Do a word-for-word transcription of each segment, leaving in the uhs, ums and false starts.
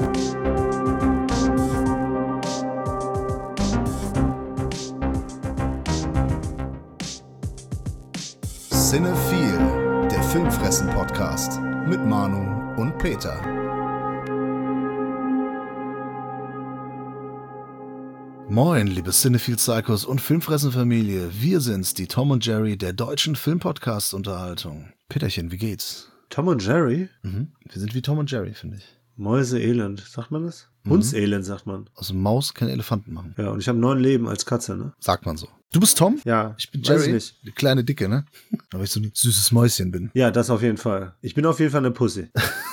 Cinephile, der Filmfressen-Podcast mit Manu und Peter. Moin, liebe Cinephile-Psychos und Filmfressen-Familie. Wir sind's, die Tom und Jerry der deutschen Filmpodcast-Unterhaltung. Peterchen, wie geht's? Tom und Jerry? Mhm. Wir sind wie Tom und Jerry, finde ich. Mäuseelend, sagt man das? Mhm. Hundselend, sagt man. Aus einem Maus kein Elefanten machen. Ja, und ich habe neun Leben als Katze, ne? Sagt man so. Du bist Tom? Ja. Ich bin Jerry. Weiß ich nicht. Die kleine Dicke, ne? Weil ich so ein süßes Mäuschen bin. Ja, das auf jeden Fall. Ich bin auf jeden Fall eine Pussy.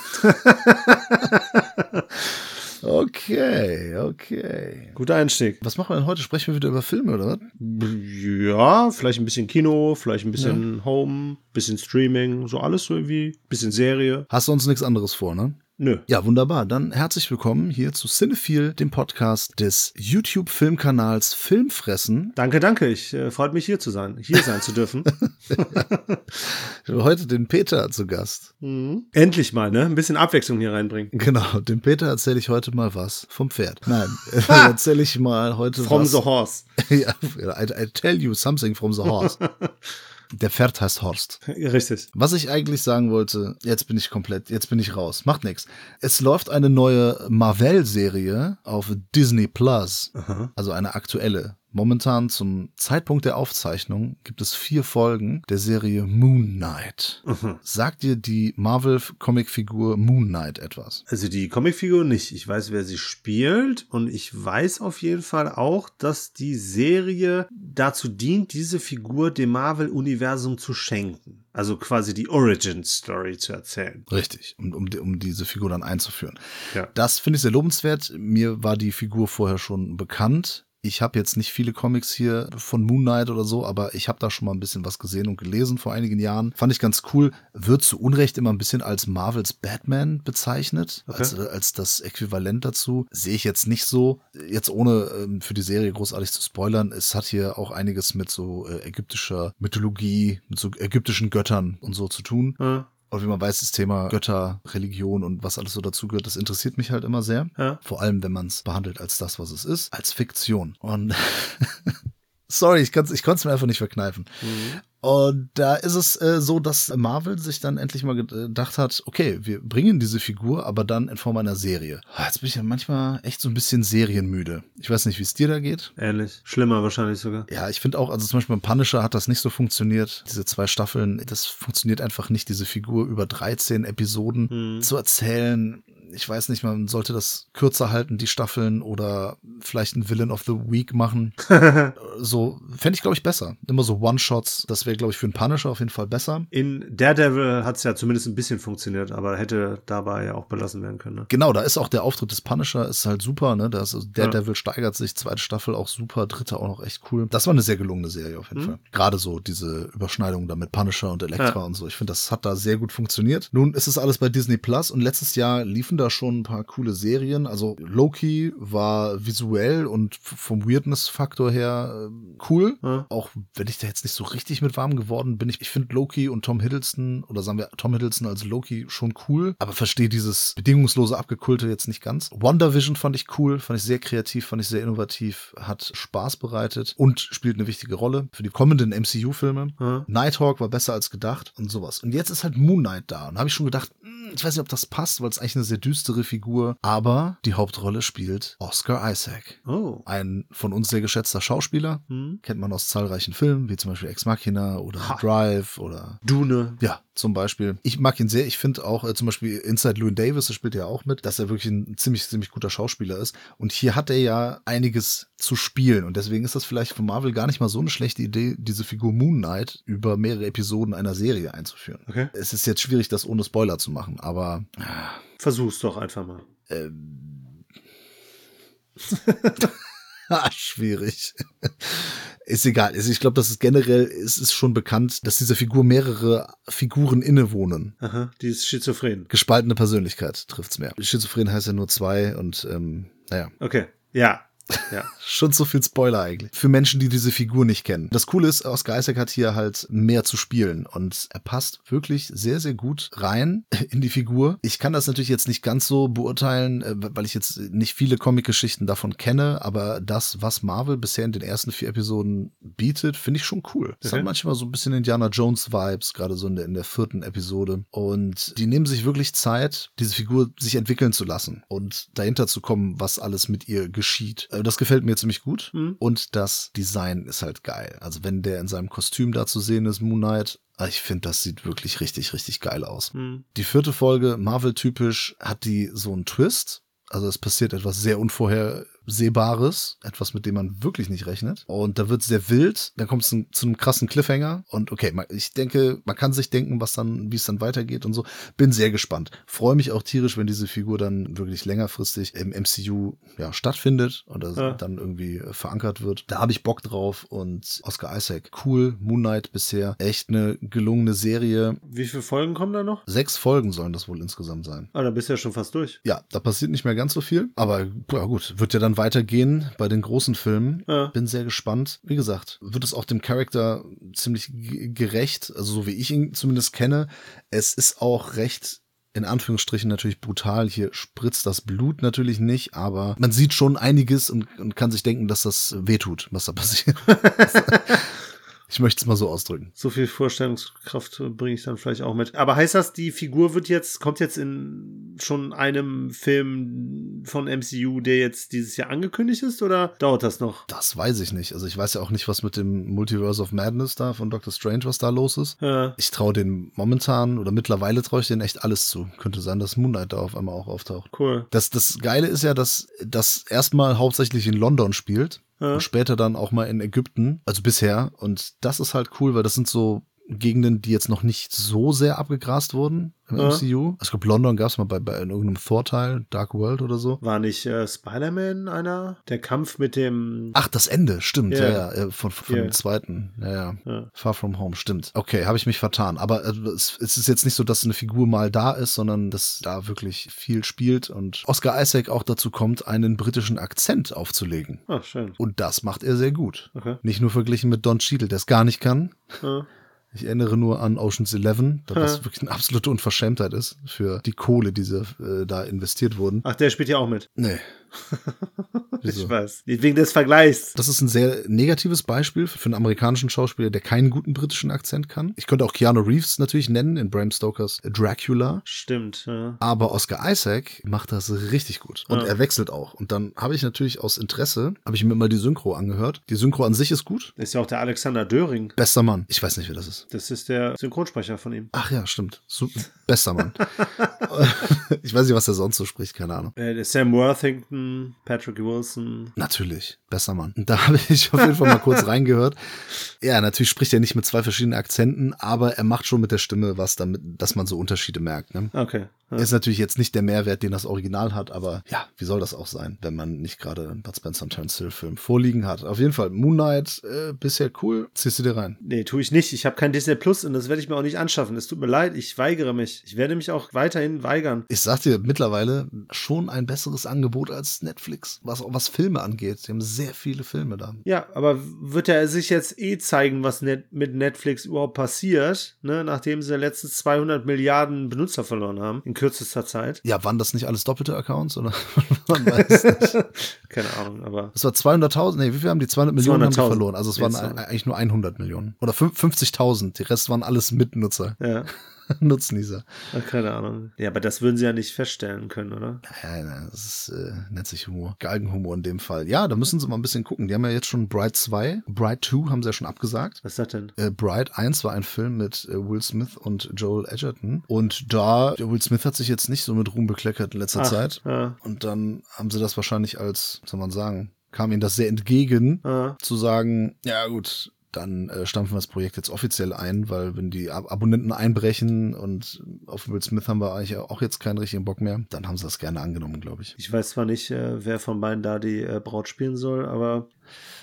Okay, okay. Guter Einstieg. Was machen wir denn heute? Sprechen wir wieder über Filme, oder was? Ja, vielleicht ein bisschen Kino, vielleicht ein bisschen ja. Home, bisschen Streaming, so alles so irgendwie, bisschen Serie. Hast du uns nichts anderes vor, ne? Nö. Ja, wunderbar. Dann herzlich willkommen hier zu Cinephile, dem Podcast des YouTube-Filmkanals Filmfressen. Danke, danke. Ich äh, freut mich hier zu sein, hier sein zu dürfen. Ich habe heute den Peter zu Gast. Mhm. Endlich mal, ne? Ein bisschen Abwechslung hier reinbringen. Genau, dem Peter erzähle ich heute mal was vom Pferd. Nein, erzähle ich mal heute from was. From the horse. Ja, I, I tell you something from the horse. Der Pferd heißt Horst. Richtig. Was ich eigentlich sagen wollte, jetzt bin ich komplett, jetzt bin ich raus. Macht nichts. Es läuft eine neue Marvel-Serie auf Disney Plus. Aha. Also eine aktuelle. Momentan zum Zeitpunkt der Aufzeichnung gibt es vier Folgen der Serie Moon Knight. Mhm. Sagt dir die Marvel-Comicfigur Moon Knight etwas? Also die Comicfigur nicht. Ich weiß, wer sie spielt und ich weiß auf jeden Fall auch, dass die Serie dazu dient, diese Figur dem Marvel-Universum zu schenken. Also quasi die Origin-Story zu erzählen. Richtig, um, um, um diese Figur dann einzuführen. Ja. Das finde ich sehr lobenswert. Mir war die Figur vorher schon bekannt. Ich habe jetzt nicht viele Comics hier von Moon Knight oder so, aber ich habe da schon mal ein bisschen was gesehen und gelesen vor einigen Jahren. Fand ich ganz cool. Wird zu Unrecht immer ein bisschen als Marvels Batman bezeichnet, okay. als, als das Äquivalent dazu. Sehe ich jetzt nicht so. Jetzt ohne ähm, für die Serie großartig zu spoilern, es hat hier auch einiges mit so äh, ägyptischer Mythologie, mit so ägyptischen Göttern und so zu tun. Mhm. Und wie man weiß, das Thema Götter, Religion und was alles so dazugehört, das interessiert mich halt immer sehr. Ja. Vor allem, wenn man es behandelt als das, was es ist, als Fiktion. Und sorry, ich, kann's, ich konnte es mir einfach nicht verkneifen. Mhm. Und da ist es äh, so, dass Marvel sich dann endlich mal gedacht hat, okay, wir bringen diese Figur, aber dann in Form einer Serie. Jetzt bin ich ja manchmal echt so ein bisschen serienmüde. Ich weiß nicht, wie es dir da geht. Ähnlich. Schlimmer wahrscheinlich sogar. Ja, ich finde auch, also zum Beispiel beim Punisher hat das nicht so funktioniert. Diese zwei Staffeln, das funktioniert einfach nicht, diese Figur über dreizehn Episoden hm. zu erzählen. Ich weiß nicht, man sollte das kürzer halten, die Staffeln, oder vielleicht einen Villain of the Week machen. So, fände ich, glaube ich, besser. Immer so One-Shots, das wäre, glaube ich, für einen Punisher auf jeden Fall besser. In Daredevil hat es ja zumindest ein bisschen funktioniert, aber hätte dabei ja auch belassen werden können. Ne? Genau, da ist auch der Auftritt des Punisher, ist halt super, ne? Da ist, also Daredevil ja. steigert sich, zweite Staffel auch super, dritte auch noch echt cool. Das war eine sehr gelungene Serie auf jeden mhm. Fall. Gerade so diese Überschneidung da mit Punisher und Elektra ja. und so. Ich finde, das hat da sehr gut funktioniert. Nun ist es alles bei Disney Plus und letztes Jahr liefen da schon ein paar coole Serien. Also Loki war visuell und vom Weirdness-Faktor her äh, cool. Ja. Auch wenn ich da jetzt nicht so richtig mit warm geworden bin. Ich, ich finde Loki und Tom Hiddleston, oder sagen wir Tom Hiddleston als Loki, schon cool. Aber verstehe dieses bedingungslose Abgekulte jetzt nicht ganz. WandaVision fand ich cool, fand ich sehr kreativ, fand ich sehr innovativ, hat Spaß bereitet und spielt eine wichtige Rolle für die kommenden M C U-Filme. Ja. Nighthawk war besser als gedacht und sowas. Und jetzt ist halt Moon Knight da. Und da habe ich schon gedacht, mh, ich weiß nicht, ob das passt, weil es eigentlich eine sehr düstere Figur, aber die Hauptrolle spielt Oscar Isaac. Oh. Ein von uns sehr geschätzter Schauspieler. Hm. Kennt man aus zahlreichen Filmen, wie zum Beispiel Ex Machina oder ha. Drive oder Dune. Ja, zum Beispiel. Ich mag ihn sehr. Ich finde auch äh, zum Beispiel Inside Llewyn Davis, das spielt ja auch mit, dass er wirklich ein ziemlich, ziemlich guter Schauspieler ist. Und hier hat er ja einiges zu spielen. Und deswegen ist das vielleicht von Marvel gar nicht mal so eine schlechte Idee, diese Figur Moon Knight über mehrere Episoden einer Serie einzuführen. Okay. Es ist jetzt schwierig, das ohne Spoiler zu machen, aber versuch's doch einfach mal. Ähm. ah, schwierig. Ist egal. Ich glaube, das ist generell, es ist schon bekannt, dass dieser Figur mehrere Figuren innewohnen. Aha, die ist schizophren. Gespaltene Persönlichkeit trifft's mehr. Schizophren heißt ja nur zwei und ähm, naja. Okay, ja. Ja. Schon zu viel Spoiler eigentlich. Für Menschen, die diese Figur nicht kennen. Das Coole ist, Oscar Isaac hat hier halt mehr zu spielen und er passt wirklich sehr, sehr gut rein in die Figur. Ich kann das natürlich jetzt nicht ganz so beurteilen, weil ich jetzt nicht viele Comic-Geschichten davon kenne, aber das, was Marvel bisher in den ersten vier Episoden bietet, finde ich schon cool. Es okay. hat manchmal so ein bisschen Indiana Jones-Vibes, gerade so in der, in der vierten Episode. Und die nehmen sich wirklich Zeit, diese Figur sich entwickeln zu lassen und dahinter zu kommen, was alles mit ihr geschieht. Das gefällt mir ziemlich gut. Mhm. Und das Design ist halt geil. Also wenn der in seinem Kostüm da zu sehen ist, Moon Knight, ich finde, das sieht wirklich richtig, richtig geil aus. Mhm. Die vierte Folge, Marvel-typisch, hat die so einen Twist. Also es passiert etwas sehr Unvorhersehbares, etwas, mit dem man wirklich nicht rechnet. Und da wird es sehr wild, dann kommt es zu einem krassen Cliffhanger. Und okay, ich denke, man kann sich denken, was dann, wie es dann weitergeht und so. Bin sehr gespannt. Freue mich auch tierisch, wenn diese Figur dann wirklich längerfristig im M C U ja, stattfindet oder ja. dann irgendwie verankert wird. Da habe ich Bock drauf. Und Oscar Isaac, cool. Moon Knight bisher echt eine gelungene Serie. Wie viele Folgen kommen da noch? Sechs Folgen sollen das wohl insgesamt sein. Ah, da bist du ja schon fast durch. Ja, da passiert nicht mehr ganz so viel. Aber ja gut, wird ja dann weitergehen bei den großen Filmen. Ja. Bin sehr gespannt. Wie gesagt, wird es auch dem Charakter ziemlich g- gerecht, also so wie ich ihn zumindest kenne. Es ist auch recht, in Anführungsstrichen, natürlich brutal. Hier spritzt das Blut natürlich nicht, aber man sieht schon einiges und, und kann sich denken, dass das wehtut, was da passiert. Ich möchte es mal so ausdrücken. So viel Vorstellungskraft bringe ich dann vielleicht auch mit. Aber heißt das, die Figur wird jetzt, kommt jetzt in schon einem Film von M C U, der jetzt dieses Jahr angekündigt ist, oder dauert das noch? Das weiß ich nicht. Also ich weiß ja auch nicht, was mit dem Multiverse of Madness da von Doctor Strange, was da los ist. Ja. Ich traue den momentan oder mittlerweile traue ich denen echt alles zu. Könnte sein, dass Moon Knight da auf einmal auch auftaucht. Cool. Das, das Geile ist ja, dass das erstmal hauptsächlich in London spielt. Ja. Und später dann auch mal in Ägypten, also bisher. Und das ist halt cool, weil das sind so Gegenden, die jetzt noch nicht so sehr abgegrast wurden im ja. M C U. Ich glaube, London gab es mal bei, bei in irgendeinem Thor-Teil, Dark World oder so. War nicht äh, Spider-Man einer? Der Kampf mit dem... Ach, das Ende, stimmt, yeah. ja, ja, von, von yeah. dem zweiten. Ja, ja, ja. Far From Home, stimmt. Okay, habe ich mich vertan. Aber äh, es, es ist jetzt nicht so, dass eine Figur mal da ist, sondern dass da wirklich viel spielt und Oscar Isaac auch dazu kommt, einen britischen Akzent aufzulegen. Ach, schön. Und das macht er sehr gut. Okay. Nicht nur verglichen mit Don Cheadle, der es gar nicht kann. Ja. Ich erinnere nur an Ocean's Eleven, was ja. wirklich eine absolute Unverschämtheit ist für die Kohle, die sie äh, da investiert wurden. Ach, der spielt ja auch mit. Nee. Ich weiß. Wegen des Vergleichs. Das ist ein sehr negatives Beispiel für einen amerikanischen Schauspieler, der keinen guten britischen Akzent kann. Ich könnte auch Keanu Reeves natürlich nennen in Bram Stokers Dracula. Stimmt, ja. Aber Oscar Isaac macht das richtig gut. Und ja. er wechselt auch. Und dann habe ich natürlich aus Interesse, habe ich mir mal die Synchro angehört. Die Synchro an sich ist gut. Das ist ja auch der Alexander Döring. Bester Mann. Ich weiß nicht, wer das ist. Das ist der Synchronsprecher von ihm. Ach ja, stimmt. So, bester Mann. Ich weiß nicht, was der sonst so spricht, keine Ahnung. Äh, Sam Worthington, Patrick Wilson. Natürlich, besser Mann. Und da habe ich auf jeden Fall mal kurz reingehört. Ja, natürlich spricht er nicht mit zwei verschiedenen Akzenten, aber er macht schon mit der Stimme was, damit, dass man so Unterschiede merkt. Ne? Okay. Ja. Ist natürlich jetzt nicht der Mehrwert, den das Original hat, aber ja, wie soll das auch sein, wenn man nicht gerade einen Bud Spencer und Terence Hill Film vorliegen hat. Auf jeden Fall, Moon Knight, äh, bisher cool. Ziehst du dir rein? Nee, tue ich nicht. Ich habe kein Disney Plus und das werde ich mir auch nicht anschaffen. Es tut mir leid, ich weigere mich. Ich werde mich auch weiterhin weigern. Ich sag dir mittlerweile schon ein besseres Angebot als Netflix, was was Filme angeht. Sie haben sehr viele Filme da. Ja, aber wird er sich jetzt eh zeigen, was net- mit Netflix überhaupt passiert, ne? Nachdem sie letztens zweihundert Milliarden Benutzer verloren haben, in kürzester Zeit. Ja, waren das nicht alles doppelte Accounts? Oder? Man weiß nicht. Keine Ahnung, aber... Es war zweihunderttausend, nee, wie viel haben die? zweihundert Millionen haben die verloren. Also es waren ein, eigentlich nur hundert Millionen. Oder fünfzigtausend. Die Rest waren alles Mitnutzer. Ja. Nutznießer. Ach, keine Ahnung. Ja, aber das würden sie ja nicht feststellen können, oder? Ja, nein, das ist, äh, nennt sich Humor. Galgenhumor in dem Fall. Ja, da müssen sie mal ein bisschen gucken. Die haben ja jetzt schon Bright zwei. Bright zwei haben sie ja schon abgesagt. Was ist das denn? Äh, Bright eins war ein Film mit äh, Will Smith und Joel Edgerton. Und da, der Will Smith hat sich jetzt nicht so mit Ruhm bekleckert in letzter Ach, Zeit. Ja. Und dann haben sie das wahrscheinlich als, soll man sagen, kam ihnen das sehr entgegen, ja. zu sagen, ja gut, dann äh, stampfen wir das Projekt jetzt offiziell ein, weil wenn die Ab- Abonnenten einbrechen und auf Will Smith haben wir eigentlich auch jetzt keinen richtigen Bock mehr, dann haben sie das gerne angenommen, glaube ich. Ich weiß zwar nicht, äh, wer von beiden da die äh, Braut spielen soll, aber...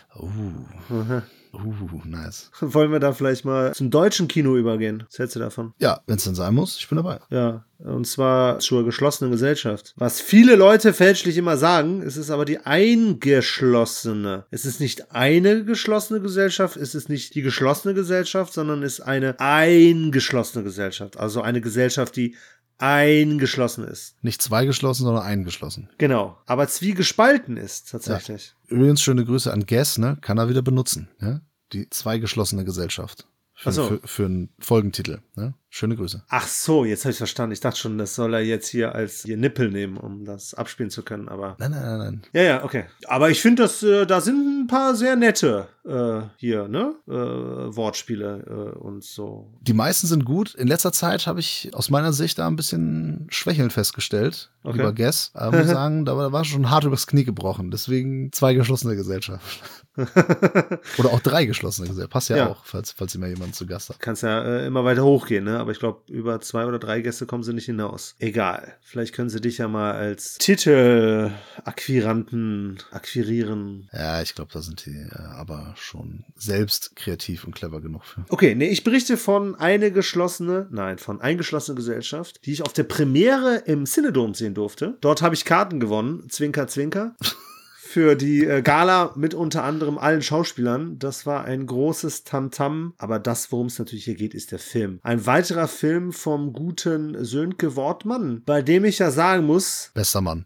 Uh. Uh, nice. Wollen wir da vielleicht mal zum deutschen Kino übergehen? Was hältst du davon? Ja, wenn es denn sein muss, ich bin dabei. Ja, und zwar zur geschlossenen Gesellschaft. Was viele Leute fälschlich immer sagen, es ist aber die eingeschlossene. Es ist nicht eine geschlossene Gesellschaft, es ist nicht die geschlossene Gesellschaft, sondern es ist eine eingeschlossene Gesellschaft. Also eine Gesellschaft, die eingeschlossen ist. Nicht zwei geschlossen, sondern eingeschlossen. Genau, aber zwiegespalten ist tatsächlich. Ja. Übrigens schöne Grüße an Guess, ne? Kann er wieder benutzen, ja? Die zweigeschlossene Gesellschaft. Für, so. für, für einen Folgentitel. Ne? Schöne Grüße. Ach so, jetzt habe ich verstanden. Ich dachte schon, das soll er jetzt hier als ihr Nippel nehmen, um das abspielen zu können. Aber nein, nein, nein, nein. Ja, ja, okay. Aber ich finde, dass äh, da sind ein paar sehr nette äh, hier, ne? Äh, Wortspiele äh, und so. Die meisten sind gut. In letzter Zeit habe ich aus meiner Sicht da ein bisschen Schwächeln festgestellt. Okay. Über Guess. Aber muss sagen, da war, da war schon hart übers Knie gebrochen. Deswegen zwei geschlossene Gesellschaft. Oder auch drei geschlossene Gesellschaft. Passt ja, Ja. auch, falls, falls ihr mal jemanden zu Gast habt. Kannst ja äh, immer weiter hochgehen, ne? Aber ich glaube, über zwei oder drei Gäste kommen sie nicht hinaus. Egal. Vielleicht können sie dich ja mal als Titel-Akquiranten akquirieren. Ja, ich glaube, da sind die äh, aber schon selbst kreativ und clever genug für. Okay, nee, ich berichte von eine geschlossene, nein, von eingeschlossene Gesellschaft, die ich auf der Premiere im Cinedom sehen durfte. Dort habe ich Karten gewonnen, Zwinker, Zwinker. Für die äh, Gala mit unter anderem allen Schauspielern. Das war ein großes Tamtam. Aber das, worum es natürlich hier geht, ist der Film. Ein weiterer Film vom guten Sönke Wortmann, bei dem ich ja sagen muss... Bester Mann.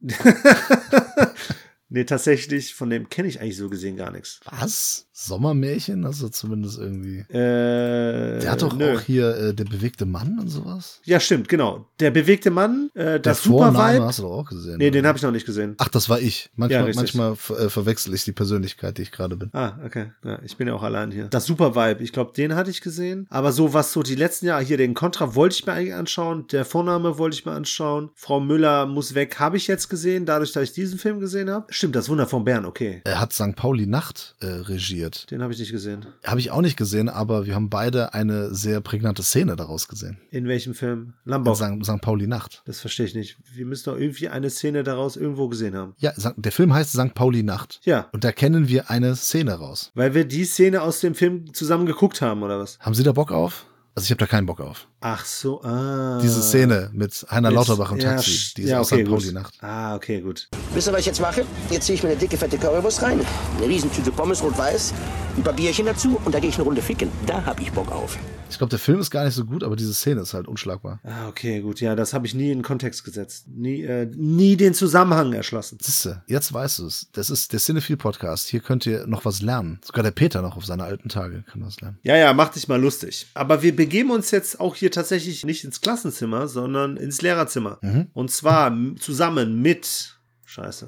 Nee, tatsächlich, von dem kenne ich eigentlich so gesehen gar nichts. Was? Sommermärchen? Also zumindest irgendwie. Äh, Der hat doch nö. auch hier äh, Der bewegte Mann und sowas. Ja, stimmt, genau. Der bewegte Mann, äh, das Der Vorname Super-Vibe. hast du doch auch gesehen. Nee, oder? den habe ich noch nicht gesehen. Ach, das war ich. Ja, Manchmal, richtig. manchmal ver äh, verwechsel ich die Persönlichkeit, die ich gerade bin. Ah, okay. Ja, ich bin ja auch allein hier. Das Super-Vibe, ich glaube, den hatte ich gesehen. Aber so, was so die letzten Jahre, hier den Contra wollte ich mir eigentlich anschauen. Der Vorname wollte ich mir anschauen. Frau Müller muss weg, habe ich jetzt gesehen, dadurch, dass ich diesen Film gesehen habe. Stimmt, das Wunder von Bern, okay. Er hat Sankt Pauli Nacht äh, regiert. Den habe ich nicht gesehen. Habe ich auch nicht gesehen, aber wir haben beide eine sehr prägnante Szene daraus gesehen. In welchem Film? In Lambok. Sankt Sankt Pauli Nacht. Das verstehe ich nicht. Wir müssen doch irgendwie eine Szene daraus irgendwo gesehen haben. Ja, Sankt- der Film heißt Sankt Pauli Nacht. Ja, Und da kennen wir eine Szene raus. weil wir die Szene aus dem Film zusammen geguckt haben, oder was? Haben Sie da Bock auf? Also ich habe da keinen Bock auf. Ach so, ah. Diese Szene mit Heiner Mit- Lauterbach im ja, Taxi, sch- die ist ja, aus okay, Sankt Pauli gut. Nacht. Ah, okay, gut. Wisst ihr, was ich jetzt mache? Jetzt ziehe ich mir eine dicke, fette Currywurst rein, eine Riesentüte Pommes rot-weiß, ein paar Bierchen dazu und da gehe ich eine Runde ficken. Da hab ich Bock auf. Ich glaube, der Film ist gar nicht so gut, aber diese Szene ist halt unschlagbar. Ah, okay, gut. Ja, das habe ich nie in den Kontext gesetzt. Nie, äh, nie den Zusammenhang erschlossen. Siehste, jetzt weißt du es. Das ist der Cinephile-Podcast. Hier könnt ihr noch was lernen. Sogar der Peter noch auf seine alten Tage kann was lernen. Ja, ja, mach dich mal lustig. Aber wir begeben uns jetzt auch hier tatsächlich nicht ins Klassenzimmer, sondern ins Lehrerzimmer. Mhm. Und zwar m- zusammen mit... Scheiße.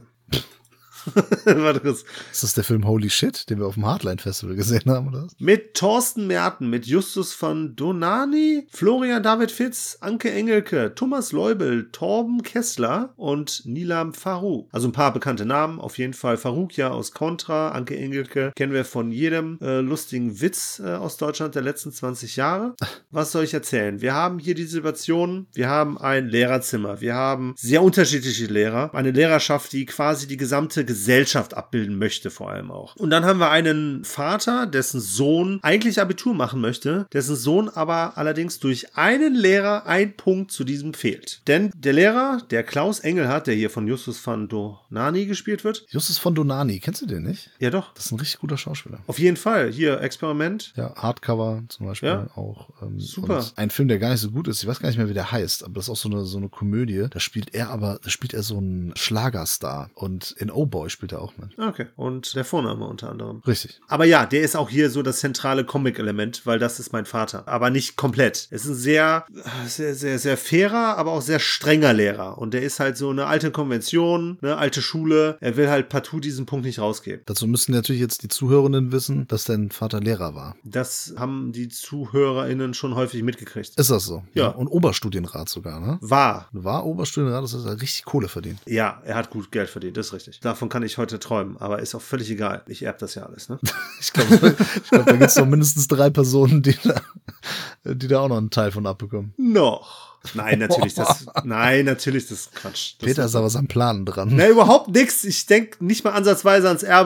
Warte kurz. Ist das der Film Holy Shit, den wir auf dem Hardline Festival gesehen haben, oder was? Mit Thorsten Merten, mit Justus von Donani, Florian David Fitz, Anke Engelke, Thomas Leubel, Torben Kessler und Nilam Farouk. Also ein paar bekannte Namen, auf jeden Fall Farouk ja aus Contra, Anke Engelke kennen wir von jedem äh, lustigen Witz äh, aus Deutschland der letzten zwanzig Jahre. Was soll ich erzählen? Wir haben hier die Situation, wir haben ein Lehrerzimmer, wir haben sehr unterschiedliche Lehrer, eine Lehrerschaft, die quasi die gesamte Gesellschaft abbilden möchte, vor allem auch. Und dann haben wir einen Vater, dessen Sohn eigentlich Abitur machen möchte, dessen Sohn aber allerdings durch einen Lehrer ein Punkt zu diesem fehlt. Denn der Lehrer, der Klaus Engelhardt, der hier von Justus van Donani gespielt wird, Justus von Donani, kennst du den nicht? ja doch, Das ist ein richtig guter Schauspieler. auf jeden Fall, hier Experiment. Ja, Hardcover zum Beispiel Ja. auch. Ähm, Super. und ein Film, der gar nicht so gut ist. Ich weiß gar nicht mehr, wie der heißt, aber das ist auch so eine, so eine Komödie. Da spielt er aber, da spielt er so einen Schlagerstar. Und in Oh Boy spielt er auch mit. Okay, und der Vorname unter anderem. Richtig. Aber ja, der ist auch hier so das zentrale Comic-Element, weil das ist mein Vater. Aber nicht komplett. Es ist ein sehr, sehr, sehr, sehr fairer, aber auch sehr strenger Lehrer. Und der ist halt so eine alte Konvention, eine alte Schule. Er will halt partout diesen Punkt nicht rausgeben. Dazu müssen natürlich jetzt die Zuhörenden wissen, dass dein Vater Lehrer war. Das haben die ZuhörerInnen schon häufig mitgekriegt. Ist das so? Ja. Und Oberstudienrat sogar, ne? War. War Oberstudienrat, das ist halt richtig Kohle verdient. Ja, er hat gut Geld verdient, das ist richtig. Davon kann ich heute träumen, aber ist auch völlig egal. Ich erb das ja alles, ne? Ich glaube, ich glaub, da gibt es noch mindestens drei Personen, die da, die da auch noch einen Teil von abbekommen. Noch. Nein, natürlich, das, nein, natürlich, das ist Quatsch. Das Peter ist aber am Plan dran. Na, überhaupt nichts. Ich denke nicht mal ansatzweise ans Erbe.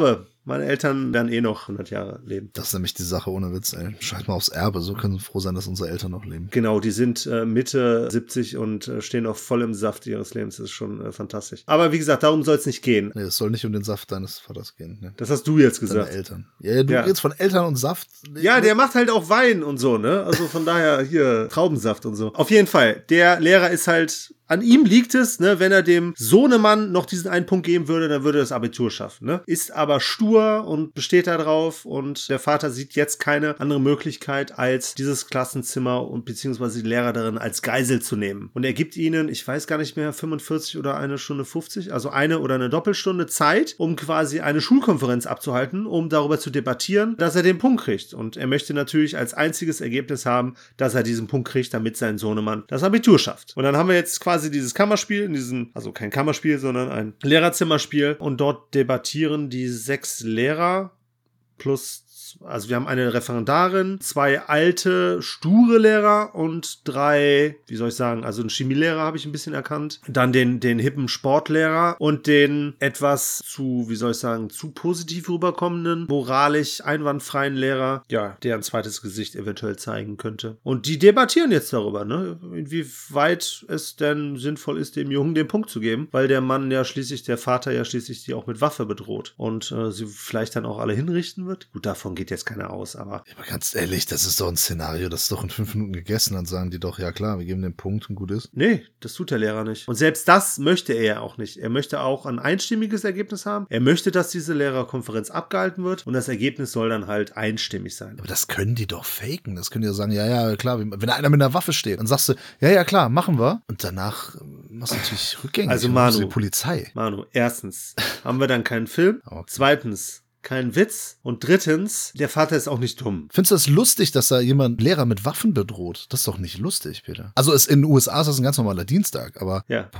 meine Eltern werden eh noch hundert Jahre leben. Das ist nämlich die Sache, ohne Witz, ey. Scheiß mal aufs Erbe, so können wir froh sein, dass unsere Eltern noch leben. Genau, die sind äh, Mitte siebzig und äh, stehen auch voll im Saft ihres Lebens. Das ist schon äh, fantastisch. Aber wie gesagt, darum soll es nicht gehen. Nee, es soll nicht um den Saft deines Vaters gehen. Ne? Das hast du jetzt gesagt. Deine Eltern. Ja, ja du Ja. redest von Eltern und Saft. Ja, der macht halt auch Wein und so, ne? Also von daher hier Traubensaft und so. Auf jeden Fall, der Lehrer ist halt, an ihm liegt es, ne, wenn er dem Sohnemann noch diesen einen Punkt geben würde, dann würde er das Abitur schaffen, ne? Ist aber stur und besteht da drauf und der Vater sieht jetzt keine andere Möglichkeit, als dieses Klassenzimmer und beziehungsweise die Lehrer darin als Geisel zu nehmen. Und er gibt ihnen, ich weiß gar nicht mehr, fünfundvierzig oder eine Stunde fünfzig, also eine oder eine Doppelstunde Zeit, um quasi eine Schulkonferenz abzuhalten, um darüber zu debattieren, dass er den Punkt kriegt. Und er möchte natürlich als einziges Ergebnis haben, dass er diesen Punkt kriegt, damit sein Sohnemann das Abitur schafft. Und dann haben wir jetzt quasi dieses Kammerspiel, in diesem, also kein Kammerspiel, sondern ein Lehrerzimmerspiel. Und dort debattieren die sechs Lehrer plus, also wir haben eine Referendarin, zwei alte, sture Lehrer und drei, wie soll ich sagen, also einen Chemielehrer habe ich ein bisschen erkannt. Dann den, den hippen Sportlehrer und den etwas zu, wie soll ich sagen, zu positiv rüberkommenden, moralisch einwandfreien Lehrer, ja, der ein zweites Gesicht eventuell zeigen könnte. Und die debattieren jetzt darüber, ne, inwieweit es denn sinnvoll ist, dem Jungen den Punkt zu geben, weil der Mann ja schließlich, der Vater ja schließlich die auch mit Waffe bedroht und äh, sie vielleicht dann auch alle hinrichten wird. Gut, davon geht jetzt keiner aus, aber... Ja, aber ganz ehrlich, das ist doch ein Szenario, das ist doch in fünf Minuten gegessen, dann sagen die doch, ja klar, wir geben den Punkt und gut ist. Nee, das tut der Lehrer nicht. Und selbst das möchte er ja auch nicht. Er möchte auch ein einstimmiges Ergebnis haben. Er möchte, dass diese Lehrerkonferenz abgehalten wird und das Ergebnis soll dann halt einstimmig sein. Aber das können die doch faken. Das können die ja sagen, ja, ja, klar, wenn da einer mit einer Waffe steht, dann sagst du, ja, ja, klar, machen wir. Und danach machst du natürlich rückgängig. Also Manu, die Polizei. Manu, erstens haben wir dann keinen Film. Okay. Zweitens, kein Witz. Und drittens, der Vater ist auch nicht dumm. Findest du das lustig, dass da jemand Lehrer mit Waffen bedroht? Das ist doch nicht lustig, Peter. Also es, in den U S A ist das ein ganz normaler Dienstag, aber Ja.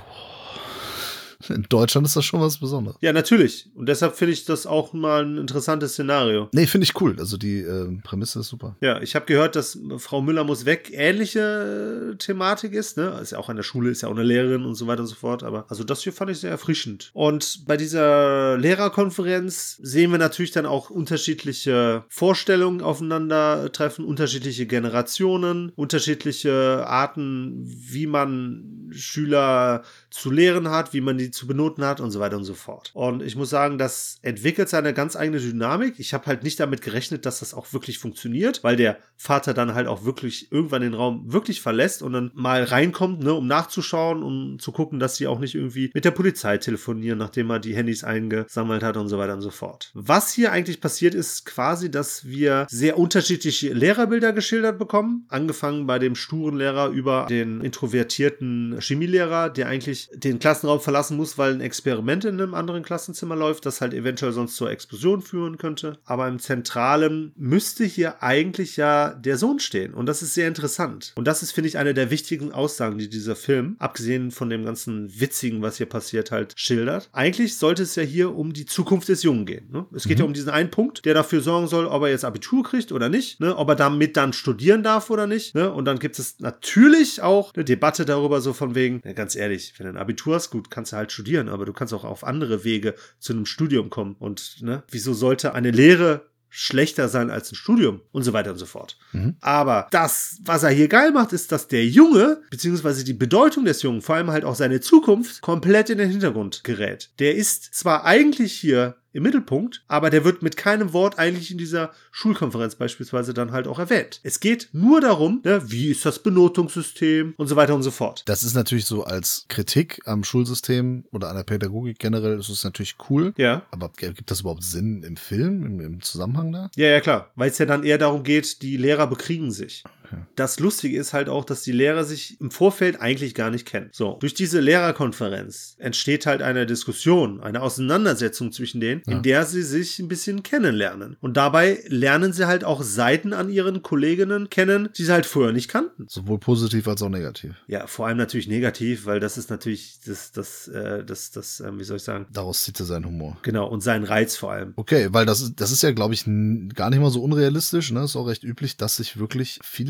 in Deutschland ist das schon was Besonderes. Ja, natürlich. Und deshalb finde ich das auch mal ein interessantes Szenario. Nee, finde ich cool. Also die äh, Prämisse ist super. Ja, ich habe gehört, dass Frau Müller muss weg ähnliche Thematik ist, ne? Ist ja auch an der Schule, ist ja auch eine Lehrerin und so weiter und so fort. Aber also das hier fand ich sehr erfrischend. Und bei dieser Lehrerkonferenz sehen wir natürlich dann auch unterschiedliche Vorstellungen aufeinandertreffen, unterschiedliche Generationen, unterschiedliche Arten, wie man Schüler zu lehren hat, wie man die zu benoten hat und so weiter und so fort. Und ich muss sagen, das entwickelt seine ganz eigene Dynamik. Ich habe halt nicht damit gerechnet, dass das auch wirklich funktioniert, weil der Vater dann halt auch wirklich irgendwann den Raum wirklich verlässt und dann mal reinkommt, ne, um nachzuschauen, um zu gucken, dass sie auch nicht irgendwie mit der Polizei telefonieren, nachdem er die Handys eingesammelt hat und so weiter und so fort. Was hier eigentlich passiert ist, quasi, dass wir sehr unterschiedliche Lehrerbilder geschildert bekommen, angefangen bei dem sturen Lehrer über den introvertierten Chemielehrer, der eigentlich den Klassenraum verlassen muss, weil ein Experiment in einem anderen Klassenzimmer läuft, das halt eventuell sonst zur Explosion führen könnte. Aber im Zentralen müsste hier eigentlich ja der Sohn stehen. Und das ist sehr interessant. Und das ist, finde ich, eine der wichtigen Aussagen, die dieser Film, abgesehen von dem ganzen Witzigen, was hier passiert, halt schildert. Eigentlich sollte es ja hier um die Zukunft des Jungen gehen. Ne? Es geht mhm. ja um diesen einen Punkt, der dafür sorgen soll, ob er jetzt Abitur kriegt oder nicht, ne? Ob er damit dann studieren darf oder nicht. Ne? Und dann gibt es natürlich auch eine Debatte darüber, so von wegen, ja, ganz ehrlich, wenn du ein Abitur hast, gut, kannst du halt studieren, aber du kannst auch auf andere Wege zu einem Studium kommen. Und ne, wieso sollte eine Lehre schlechter sein als ein Studium und so weiter und so fort. Mhm. Aber das, was er hier geil macht, ist, dass der Junge, beziehungsweise die Bedeutung des Jungen, vor allem halt auch seine Zukunft, komplett in den Hintergrund gerät. Der ist zwar eigentlich hier im Mittelpunkt, aber der wird mit keinem Wort eigentlich in dieser Schulkonferenz beispielsweise dann halt auch erwähnt. Es geht nur darum, ne, wie ist das Benotungssystem und so weiter und so fort. Das ist natürlich so als Kritik am Schulsystem oder an der Pädagogik generell, ist es natürlich cool. Ja. Aber gibt das überhaupt Sinn im Film, im, im Zusammenhang da? Ja, ja, klar. Weil es ja dann eher darum geht, die Lehrer bekriegen sich. Okay. Das Lustige ist halt auch, dass die Lehrer sich im Vorfeld eigentlich gar nicht kennen. So, durch diese Lehrerkonferenz entsteht halt eine Diskussion, eine Auseinandersetzung zwischen denen, ja. in der sie sich ein bisschen kennenlernen. Und dabei lernen sie halt auch Seiten an ihren Kolleginnen kennen, die sie halt vorher nicht kannten. Sowohl positiv als auch negativ. Ja, vor allem natürlich negativ, weil das ist natürlich das, das, äh, das, das, äh, wie soll ich sagen? Daraus zieht er seinen Humor. Genau, und seinen Reiz vor allem. Okay, weil das ist, das ist ja, glaube ich, n- gar nicht mal so unrealistisch, ne? Ist auch recht üblich, dass sich wirklich viele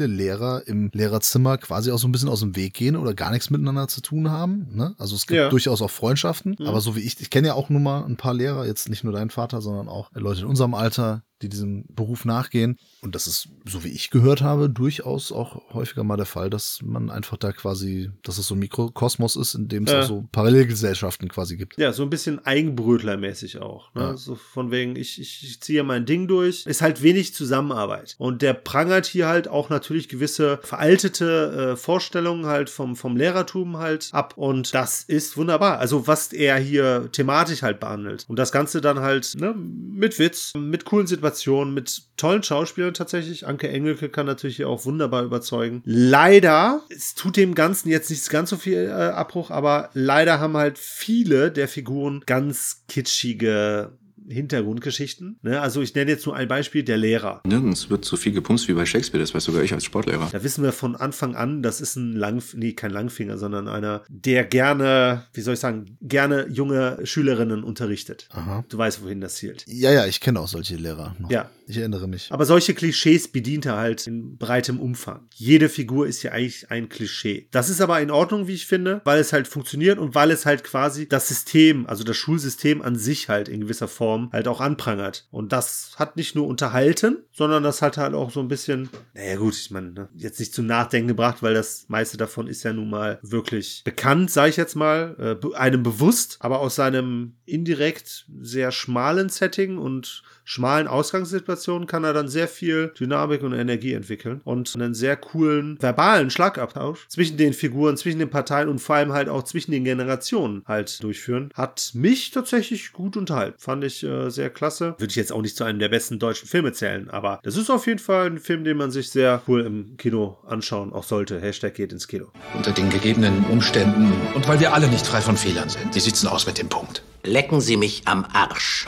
Lehrer im Lehrerzimmer quasi auch so ein bisschen aus dem Weg gehen oder gar nichts miteinander zu tun haben. Ne? Also es gibt Ja. durchaus auch Freundschaften, Mhm. aber so wie ich, ich kenne ja auch nur mal ein paar Lehrer, jetzt nicht nur dein Vater, sondern auch Leute in unserem Alter, die diesem Beruf nachgehen. Und das ist, so wie ich gehört habe, durchaus auch häufiger mal der Fall, dass man einfach da quasi, dass es so ein Mikrokosmos ist, in dem es Ja. auch so Parallelgesellschaften quasi gibt. Ja, so ein bisschen Eigenbrötlermäßig auch. Ne? Ja. So von wegen, ich, ich, ich ziehe mein Ding durch. Ist halt wenig Zusammenarbeit. Und der prangert hier halt auch natürlich gewisse veraltete äh, Vorstellungen halt vom, vom Lehrertum halt ab. Und das ist wunderbar. Also was er hier thematisch halt behandelt. Und das Ganze dann halt ne, mit Witz, mit coolen Situationen, mit tollen Schauspielern tatsächlich. Anke Engelke kann natürlich hier auch wunderbar überzeugen. Leider, es tut dem Ganzen jetzt nicht ganz so viel äh, Abbruch, aber leider haben halt viele der Figuren ganz kitschige Hintergrundgeschichten. Ne? Also ich nenne jetzt nur ein Beispiel, der Lehrer. Nirgends wird so viel gepumst wie bei Shakespeare, das weiß sogar ich als Sportlehrer. Da wissen wir von Anfang an, das ist ein Lang, nee, kein Langfinger, sondern einer, der gerne, wie soll ich sagen, gerne junge Schülerinnen unterrichtet. Aha. Du weißt, wohin das zielt. Ja, ja, ich kenne auch solche Lehrer noch. Ja. Ich erinnere mich. Aber solche Klischees bedient er halt in breitem Umfang. Jede Figur ist ja eigentlich ein Klischee. Das ist aber in Ordnung, wie ich finde, weil es halt funktioniert und weil es halt quasi das System, also das Schulsystem an sich halt in gewisser Form halt auch anprangert. Und das hat nicht nur unterhalten, sondern das hat halt auch so ein bisschen, naja gut, ich meine, ne, jetzt nicht zum Nachdenken gebracht, weil das meiste davon ist ja nun mal wirklich bekannt, sage ich jetzt mal, äh, einem bewusst, aber aus seinem indirekt sehr schmalen Setting und schmalen Ausgangssituationen kann er dann sehr viel Dynamik und Energie entwickeln und einen sehr coolen verbalen Schlagabtausch zwischen den Figuren, zwischen den Parteien und vor allem halt auch zwischen den Generationen halt durchführen. Hat mich tatsächlich gut unterhalten. Fand ich äh, sehr klasse. Würde ich jetzt auch nicht zu einem der besten deutschen Filme zählen, aber das ist auf jeden Fall ein Film, den man sich sehr cool im Kino anschauen auch sollte. Hashtag geht ins Kino. Unter den gegebenen Umständen und weil wir alle nicht frei von Fehlern sind. Wie sieht's denn aus mit dem Punkt? Lecken Sie mich am Arsch.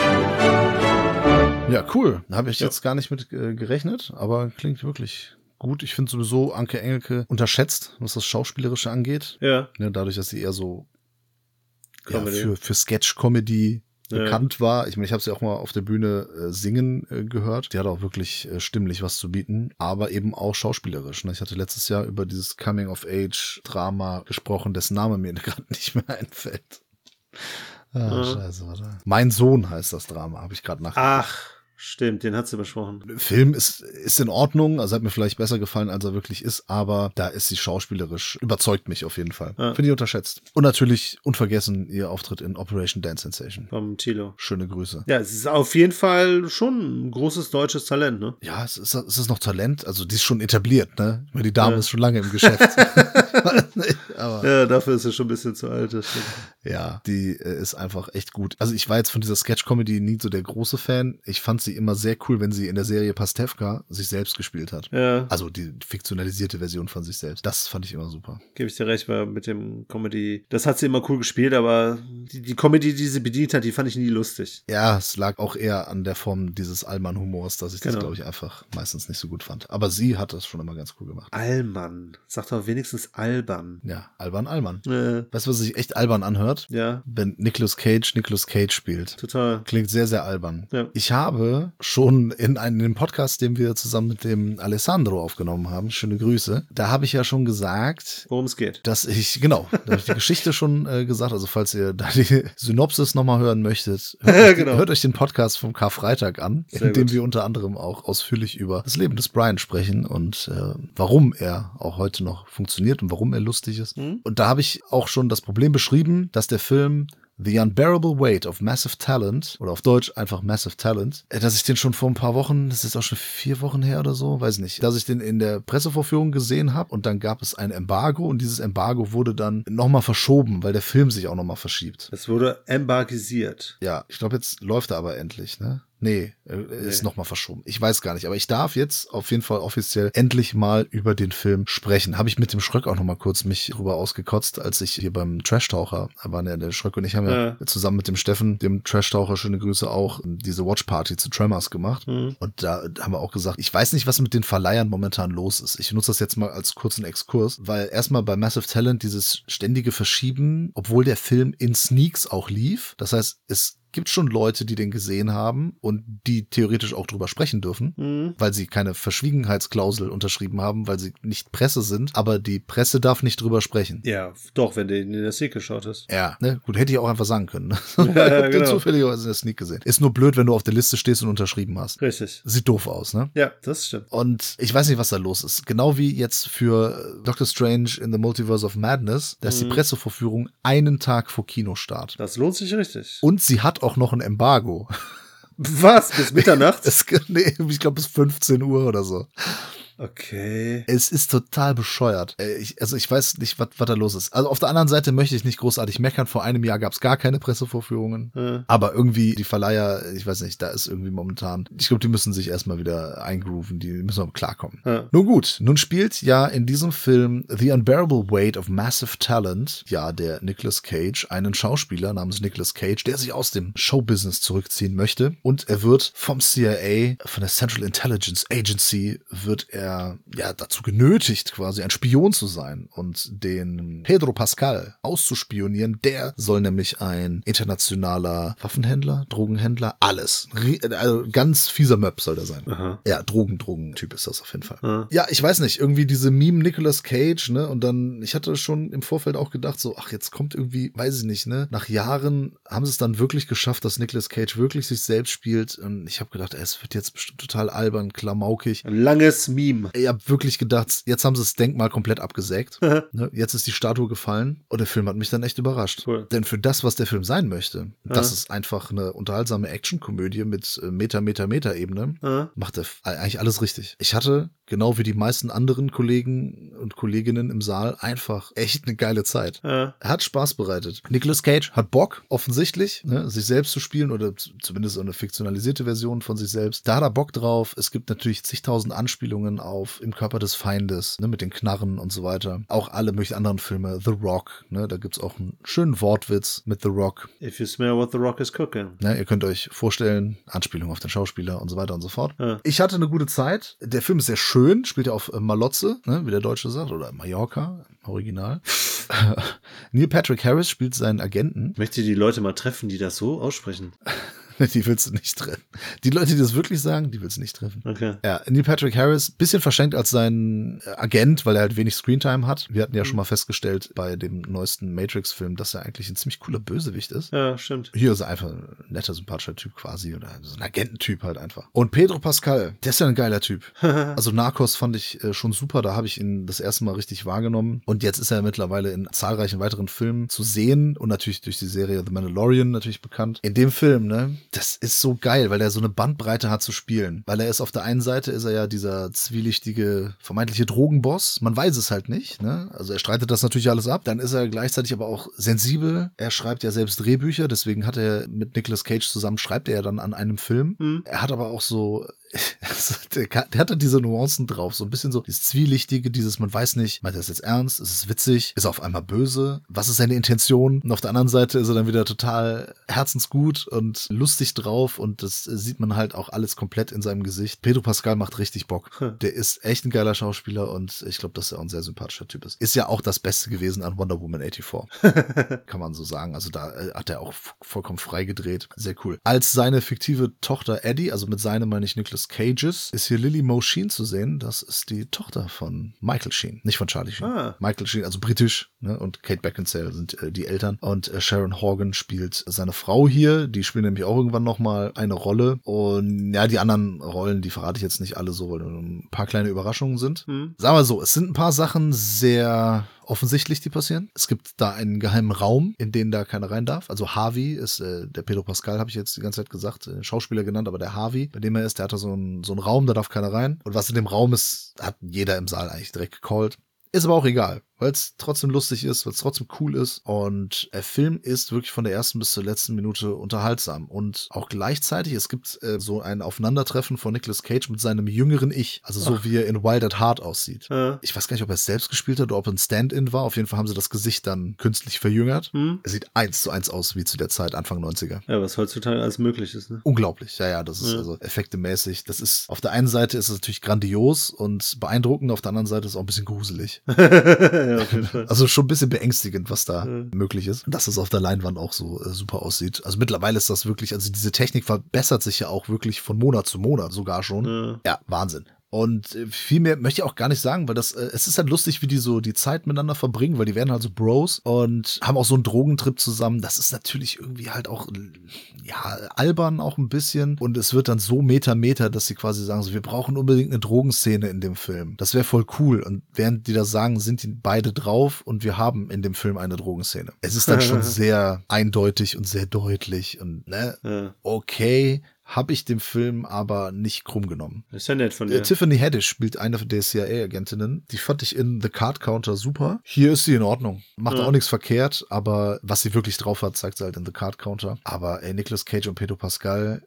Ja, cool. Da habe ich Ja. jetzt gar nicht mit äh, gerechnet, aber klingt wirklich gut. Ich finde sowieso Anke Engelke unterschätzt, was das Schauspielerische angeht. Ja. Ne, dadurch, dass sie eher so ja, Comedy. für, für Sketch-Comedy Ja. bekannt war. Ich meine, ich habe sie auch mal auf der Bühne äh, singen äh, gehört. Die hat auch wirklich äh, stimmlich was zu bieten, aber eben auch schauspielerisch. Ne? Ich hatte letztes Jahr über dieses Coming-of-Age-Drama gesprochen, dessen Name mir gerade nicht mehr einfällt. Ah, Ja. scheiße, warte. Mein Sohn heißt das Drama, habe ich gerade nachgeguckt. Ach, stimmt, den hat sie besprochen. Der Film ist, ist in Ordnung, also hat mir vielleicht besser gefallen, als er wirklich ist, aber da ist sie schauspielerisch, überzeugt mich auf jeden Fall. Ja. Finde ich unterschätzt. Und natürlich unvergessen ihr Auftritt in Operation Dance Sensation. Vom Thilo. Schöne Grüße. Ja, es ist auf jeden Fall schon ein großes deutsches Talent, ne? Ja, es ist, es ist noch Talent, also die ist schon etabliert, ne? Ich meine, die Dame Ja. ist schon lange im Geschäft. aber Ja, dafür ist sie schon ein bisschen zu alt. Das stimmt. ja, die äh, ist einfach echt gut. Also ich war jetzt von dieser Sketch-Comedy nie so der große Fan. Ich fand sie immer sehr cool, wenn sie in der Serie Pastewka sich selbst gespielt hat. Ja, Also die fiktionalisierte Version von sich selbst. Das fand ich immer super. gebe ich dir recht, weil mit dem Comedy, das hat sie immer cool gespielt, aber die, die Comedy, die sie bedient hat, die fand ich nie lustig. Ja, es lag auch eher an der Form dieses Allmann-Humors, dass ich das, Genau. glaube ich, einfach meistens nicht so gut fand. Aber sie hat das schon immer ganz cool gemacht. Allmann. Sag doch wenigstens albern. Ja, Alban Allmann. Äh, Weißt du, was sich echt albern anhört? ja, Wenn Nicolas Cage Nicolas Cage spielt. total. Klingt sehr, sehr albern. Ja. Ich habe schon in einem Podcast, den wir zusammen mit dem Alessandro aufgenommen haben, schöne Grüße, da habe ich ja schon gesagt, Worum es geht. dass ich, genau, da habe ich die Geschichte schon äh, gesagt, also falls ihr da die Synopsis nochmal hören möchtet, hört, euch, Genau. hört euch den Podcast vom Karfreitag an, Sehr in dem gut. wir unter anderem auch ausführlich über das Leben des Brian sprechen und äh, warum er auch heute noch funktioniert und warum er lustig ist. Mhm. Und da habe ich auch schon das Problem beschrieben, dass der Film The Unbearable Weight of Massive Talent, oder auf Deutsch einfach Massive Talent, äh, dass ich den schon vor ein paar Wochen, das ist auch schon vier Wochen her oder so, weiß nicht, dass ich den in der Pressevorführung gesehen habe und dann gab es ein Embargo und dieses Embargo wurde dann nochmal verschoben, weil der Film sich auch nochmal verschiebt. Es wurde embargisiert. Ja, ich glaube, jetzt läuft er aber endlich, ne? Nee, er ist Nee. nochmal verschoben. Ich weiß gar nicht, aber ich darf jetzt auf jeden Fall offiziell endlich mal über den Film sprechen. Habe ich mit dem Schröck auch nochmal kurz mich drüber ausgekotzt, als ich hier beim Trash-Taucher, da waren ja der Schröck und ich haben ja, Ja. zusammen mit dem Steffen, dem Trash-Taucher, schöne Grüße auch, diese Watch-Party zu Tremors gemacht. Mhm. Und da haben wir auch gesagt, ich weiß nicht, was mit den Verleihern momentan los ist. Ich nutze das jetzt mal als kurzen Exkurs, weil erstmal bei Massive Talent dieses ständige Verschieben, obwohl der Film in Sneaks auch lief. Das heißt, es gibt schon Leute, die den gesehen haben und die theoretisch auch drüber sprechen dürfen, mhm. weil sie keine Verschwiegenheitsklausel unterschrieben haben, weil sie nicht Presse sind, aber die Presse darf nicht drüber sprechen. Ja, doch, wenn du in der Sneak geschaut hast. Ja, ne, gut, hätte ich auch einfach sagen können. Ne? Ja, ich hab den zufälligerweise in der Sneak gesehen. Ist nur blöd, wenn du auf der Liste stehst und unterschrieben hast. Richtig. Sieht doof aus, ne? Ja, das stimmt. Und ich weiß nicht, was da los ist. Genau wie jetzt für Doctor Strange in the Multiverse of Madness, da ist mhm. die Pressevorführung einen Tag vor Kinostart. Das lohnt sich richtig. Und sie hat auch noch ein Embargo. Was? Bis Mitternacht? Es, nee, ich glaube bis fünfzehn Uhr oder so. Okay. Es ist total bescheuert. Ich, also ich weiß nicht, was da los ist. Also auf der anderen Seite möchte ich nicht großartig meckern. Vor einem Jahr gab es gar keine Pressevorführungen. Ja. Aber irgendwie die Verleiher, ich weiß nicht, da ist irgendwie momentan, ich glaube, die müssen sich erstmal wieder eingrooven. Die müssen mal klarkommen. Ja. Nun gut, nun spielt ja in diesem Film The Unbearable Weight of Massive Talent, ja, der Nicolas Cage, einen Schauspieler namens Nicolas Cage, der sich aus dem Showbusiness zurückziehen möchte. Und er wird vom C I A, von der Central Intelligence Agency, wird er ja dazu genötigt, quasi ein Spion zu sein und den Pedro Pascal auszuspionieren. Der soll nämlich ein internationaler Waffenhändler, Drogenhändler, alles. Also ganz fieser Möb soll der sein. Aha. Ja, Drogen-Drogen-Typ ist das auf jeden Fall. Aha. Ja, ich weiß nicht, irgendwie diese Meme Nicolas Cage, ne, und dann, ich hatte schon im Vorfeld auch gedacht, so, ach, jetzt kommt irgendwie, weiß ich nicht, ne, nach Jahren haben sie es dann wirklich geschafft, dass Nicolas Cage wirklich sich selbst spielt und ich habe gedacht, ey, es wird jetzt bestimmt total albern, klamaukig. Ein langes Meme. Ich habe wirklich gedacht, jetzt haben sie das Denkmal komplett abgesägt. Ne? Jetzt ist die Statue gefallen und der Film hat mich dann echt überrascht. Cool. Denn für das, was der Film sein möchte, ja. das ist einfach eine unterhaltsame Actionkomödie mit Meter, Meter, Meter-Ebene, ja. macht er eigentlich alles richtig. Ich hatte, genau wie die meisten anderen Kollegen und Kolleginnen im Saal, einfach echt eine geile Zeit. Ja. Er hat Spaß bereitet. Nicolas Cage hat Bock, offensichtlich, ne? sich selbst zu spielen oder zumindest so eine fiktionalisierte Version von sich selbst. Da hat er Bock drauf. Es gibt natürlich zigtausend Anspielungen auf Im Körper des Feindes, ne, mit den Knarren und so weiter. Auch alle möglichen anderen Filme. The Rock, ne, da gibt's auch einen schönen Wortwitz mit The Rock. If you smell what the Rock is cooking. Ne, ihr könnt euch vorstellen, Anspielung auf den Schauspieler und so weiter und so fort. Ja. Ich hatte eine gute Zeit. Der Film ist sehr schön, spielt ja auf Malotze, ne, wie der Deutsche sagt, oder Mallorca im Original. Neil Patrick Harris spielt seinen Agenten. Ich möchte die Leute mal treffen, die das so aussprechen. Die willst du nicht treffen. Die Leute, die das wirklich sagen, die willst du nicht treffen. Okay. Ja, Neil Patrick Harris, bisschen verschenkt als sein Agent, weil er halt wenig Screentime hat. Wir hatten ja mhm. schon mal festgestellt bei dem neuesten Matrix-Film, dass er eigentlich ein ziemlich cooler Bösewicht ist. Ja, stimmt. Hier ist er einfach ein netter, sympathischer Typ quasi oder so ein Agententyp halt einfach. Und Pedro Pascal, der ist ja ein geiler Typ. Also Narcos fand ich äh, schon super, da habe ich ihn das erste Mal richtig wahrgenommen. Und jetzt ist er mittlerweile in zahlreichen weiteren Filmen zu sehen und natürlich durch die Serie The Mandalorian natürlich bekannt. In dem Film, ne, das ist so geil, weil er so eine Bandbreite hat zu spielen. Weil er ist auf der einen Seite, ist er ja dieser zwielichtige, vermeintliche Drogenboss. Man weiß es halt nicht, ne? Also er streitet das natürlich alles ab. Dann ist er gleichzeitig aber auch sensibel. Er schreibt ja selbst Drehbücher, deswegen hat er mit Nicolas Cage zusammen, schreibt er ja dann an einem Film. Mhm. Er hat aber auch so der, der hat da diese Nuancen drauf, so ein bisschen so dieses Zwielichtige, dieses, man weiß nicht, meint er das jetzt ernst, ist es witzig, ist er auf einmal böse, was ist seine Intention? Und auf der anderen Seite ist er dann wieder total herzensgut und lustig drauf und das sieht man halt auch alles komplett in seinem Gesicht. Pedro Pascal macht richtig Bock. Hm. Der ist echt ein geiler Schauspieler und ich glaube, dass er auch ein sehr sympathischer Typ ist. Ist ja auch das Beste gewesen an Wonder Woman vierundachtzig. Kann man so sagen. Also da äh, hat er auch vollkommen frei gedreht. Sehr cool. Als seine fiktive Tochter Eddie, also mit seinem meine ich Nicolas Cages, ist hier Lily Mo Sheen zu sehen. Das ist die Tochter von Michael Sheen, nicht von Charlie Sheen. Ah. Michael Sheen, also britisch, ne? Und Kate Beckinsale sind äh, die Eltern. Und äh, Sharon Horgan spielt seine Frau hier. Die spielen nämlich auch irgendwann nochmal eine Rolle. Und ja, die anderen Rollen, die verrate ich jetzt nicht alle so, weil ein paar kleine Überraschungen sind. Hm. Sagen wir so, es sind ein paar Sachen sehr offensichtlich, die passieren. Es gibt da einen geheimen Raum, in den da keiner rein darf. Also Harvey ist, äh, der Pedro Pascal, habe ich jetzt die ganze Zeit gesagt, äh, Schauspieler genannt, aber der Harvey, bei dem er ist, der hat da so einen so einen Raum, da darf keiner rein. Und was in dem Raum ist, hat jeder im Saal eigentlich direkt gecallt. Ist aber auch egal, weil es trotzdem lustig ist, weil es trotzdem cool ist und der Film ist wirklich von der ersten bis zur letzten Minute unterhaltsam und auch gleichzeitig, es gibt äh, so ein Aufeinandertreffen von Nicolas Cage mit seinem jüngeren Ich, also so Ach. wie er in Wild at Heart aussieht. Ja. Ich weiß gar nicht, ob er es selbst gespielt hat oder ob er ein Stand-in war, auf jeden Fall haben sie das Gesicht dann künstlich verjüngert. Hm. Er sieht eins zu eins aus wie zu der Zeit, Anfang neunziger. Ja, was heutzutage alles möglich ist, ne? Unglaublich, ja, ja, das ist ja. also effektemäßig, das ist, auf der einen Seite ist es natürlich grandios und beeindruckend, auf der anderen Seite ist es auch ein bisschen gruselig. Ja, auf jeden Fall. Also schon ein bisschen beängstigend, was da ja. möglich ist. Dass es auf der Leinwand auch so äh, super aussieht. Also mittlerweile ist das wirklich, also diese Technik verbessert sich ja auch wirklich von Monat zu Monat sogar schon. Ja, ja Wahnsinn. Und viel mehr möchte ich auch gar nicht sagen, weil das, äh, es ist halt lustig, wie die so die Zeit miteinander verbringen, weil die werden halt so Bros und haben auch so einen Drogentrip zusammen. Das ist natürlich irgendwie halt auch, ja, albern auch ein bisschen. Und es wird dann so Meter, Meter, dass sie quasi sagen, so, wir brauchen unbedingt eine Drogenszene in dem Film. Das wäre voll cool. Und während die das sagen, sind die beide drauf und wir haben in dem Film eine Drogenszene. Es ist dann schon sehr eindeutig und sehr deutlich und, ne, ja. okay. Habe ich dem Film aber nicht krumm genommen. Das ist ja nett von dir. Äh, Tiffany Haddish spielt eine der C I A-Agentinnen. Die fand ich in The Card Counter super. Hier ist sie in Ordnung. Macht ja. auch nichts verkehrt, aber was sie wirklich drauf hat, zeigt sie halt in The Card Counter. Aber ey, Nicolas Cage und Pedro Pascal,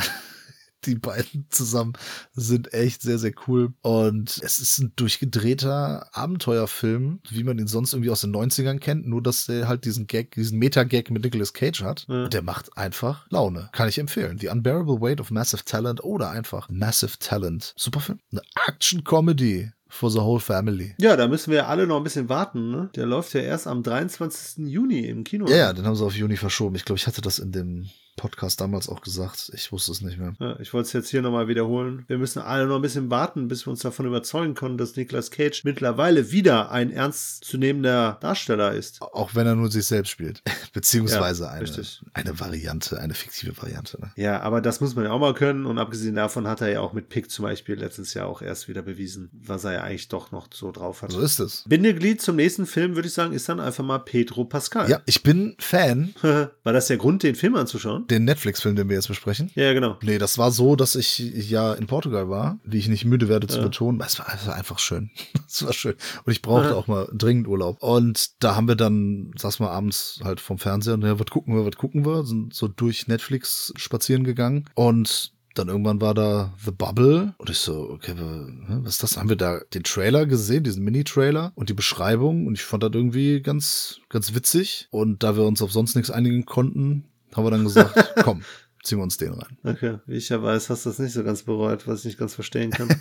die beiden zusammen sind echt sehr, sehr cool. Und es ist ein durchgedrehter Abenteuerfilm, wie man ihn sonst irgendwie aus den neunzigern kennt, nur dass der halt diesen Gag, diesen Meta-Gag mit Nicolas Cage hat. Ja. Und der macht einfach Laune. Kann ich empfehlen. The Unbearable Weight of Massive Talent oder einfach Massive Talent. Super Film. Eine Action-Comedy. For the whole family. Ja, da müssen wir alle noch ein bisschen warten, ne? Der läuft ja erst am dreiundzwanzigsten Juni im Kino. Ja, ja, den haben sie auf Juni verschoben. Ich glaube, ich hatte das in dem Podcast damals auch gesagt. Ich wusste es nicht mehr. Ja, ich wollte es jetzt hier nochmal wiederholen. Wir müssen alle noch ein bisschen warten, bis wir uns davon überzeugen können, dass Nicolas Cage mittlerweile wieder ein ernstzunehmender Darsteller ist. Auch wenn er nur sich selbst spielt. Beziehungsweise ja, eine, eine Variante, eine fiktive Variante. Ne? Ja, aber das muss man ja auch mal können. Und abgesehen davon hat er ja auch mit Pick zum Beispiel letztes Jahr auch erst wieder bewiesen, was er ja eigentlich doch noch so drauf hat. So ist es. Bindeglied zum nächsten Film, würde ich sagen, ist dann einfach mal Pedro Pascal. Ja, ich bin Fan. War das der Grund, den Film anzuschauen? Den Netflix-Film, den wir jetzt besprechen? Ja, genau. Nee, das war so, dass ich ja in Portugal war, wie ich nicht müde werde zu ja. betonen. Es war, es war einfach schön. Es war schön. Und ich brauchte ja. auch mal dringend Urlaub. Und da haben wir dann, saß mal abends halt vom Fernseher und ja, was gucken wir, was gucken wir? Sind so durch Netflix spazieren gegangen. Und dann irgendwann war da The Bubble und ich so, okay, was ist das? Haben wir da den Trailer gesehen, diesen Mini-Trailer und die Beschreibung und ich fand das irgendwie ganz, ganz witzig und da wir uns auf sonst nichts einigen konnten, haben wir dann gesagt, komm, ziehen wir uns den rein. Okay, wie ich ja weiß, hast du das nicht so ganz bereut, was ich nicht ganz verstehen kann.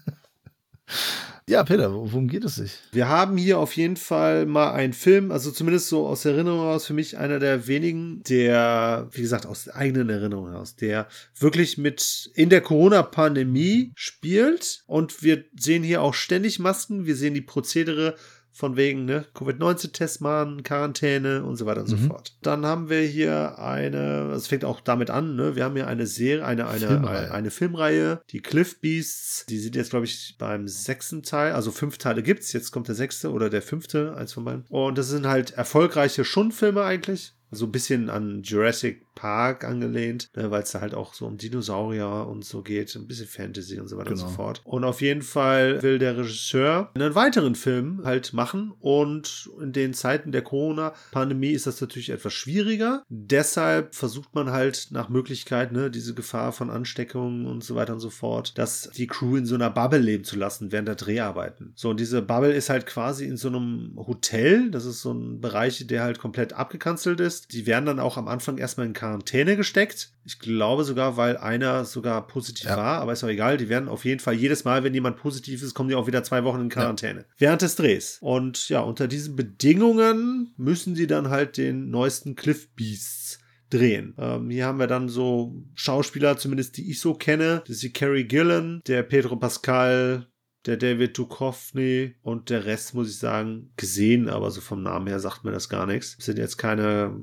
Ja, Peter, worum geht es sich? Wir haben hier auf jeden Fall mal einen Film, also zumindest so aus Erinnerung heraus, für mich einer der wenigen, der, wie gesagt, aus eigenen Erinnerungen heraus, der wirklich mit in der Corona-Pandemie spielt und wir sehen hier auch ständig Masken, wir sehen die Prozedere von wegen, ne, Covid neunzehn Test machen, Quarantäne und so weiter und mhm. so fort. Dann haben wir hier eine, es fängt auch damit an, ne, wir haben hier eine Serie, eine, eine, Filmreihe. eine, eine Filmreihe, die Cliff Beasts, die sind jetzt, glaube ich, beim sechsten Teil, also fünf Teile gibt's, jetzt kommt der sechste oder der fünfte, eins von beiden. Und das sind halt erfolgreiche Schundfilme eigentlich. So ein bisschen an Jurassic Park angelehnt, ne, weil es da halt auch so um Dinosaurier und so geht, ein bisschen Fantasy und so weiter genau. und so fort. Und auf jeden Fall will der Regisseur einen weiteren Film halt machen und in den Zeiten der Corona-Pandemie ist das natürlich etwas schwieriger. Deshalb versucht man halt nach Möglichkeit, ne, diese Gefahr von Ansteckungen und so weiter und so fort, dass die Crew in so einer Bubble leben zu lassen während der Dreharbeiten. So, und diese Bubble ist halt quasi in so einem Hotel, das ist so ein Bereich, der halt komplett abgekanzelt ist. Die werden dann auch am Anfang erstmal in Quarantäne gesteckt. Ich glaube sogar, weil einer sogar positiv ja. war, aber ist auch egal. Die werden auf jeden Fall jedes Mal, wenn jemand positiv ist, kommen die auch wieder zwei Wochen in Quarantäne. Ja. Während des Drehs. Und ja, unter diesen Bedingungen müssen die dann halt den neuesten Cliff Beasts drehen. Ähm, hier haben wir dann so Schauspieler, zumindest die ich so kenne. Das ist die Carey Gillan, der Pedro Pascal, der David Duchovny und der Rest, muss ich sagen, gesehen, aber so vom Namen her sagt mir das gar nichts. Es sind jetzt keine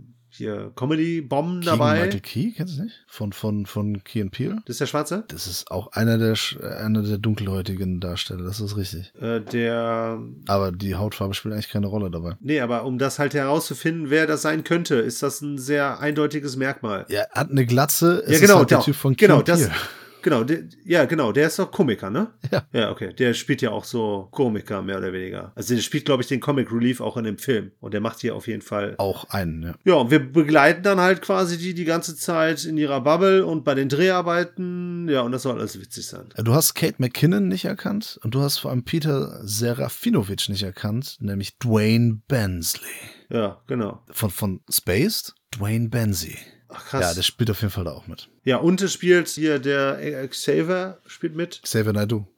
hier Comedy-Bomben dabei. Michael Key, kennst du nicht? Von, von, von Key and Peele. Das ist der Schwarze? Das ist auch einer der, einer der dunkelhäutigen Darsteller, das ist richtig. Äh, der... Aber die Hautfarbe spielt eigentlich keine Rolle dabei. Nee, aber um das halt herauszufinden, wer das sein könnte, ist das ein sehr eindeutiges Merkmal. Ja, hat eine Glatze, es ja, genau, ist halt der doch, Typ von Key genau, and Peele. Das, Genau, der, ja, genau, der ist doch Komiker, ne? Ja. Ja, okay. Der spielt ja auch so Komiker, mehr oder weniger. Also der spielt, glaube ich, den Comic Relief auch in dem Film. Und der macht hier auf jeden Fall auch einen, ja. Ja, und wir begleiten dann halt quasi die die ganze Zeit in ihrer Bubble und bei den Dreharbeiten. Ja, und das soll alles witzig sein. Du hast Kate McKinnon nicht erkannt und du hast vor allem Peter Serafinowicz nicht erkannt, nämlich Dwayne Bensley. Ja, genau. Von, von Spaced, Dwayne Bensley. Ach, krass. Ja, der spielt auf jeden Fall da auch mit. Ja, und es spielt hier der Xavier spielt mit. Xavier Naidoo,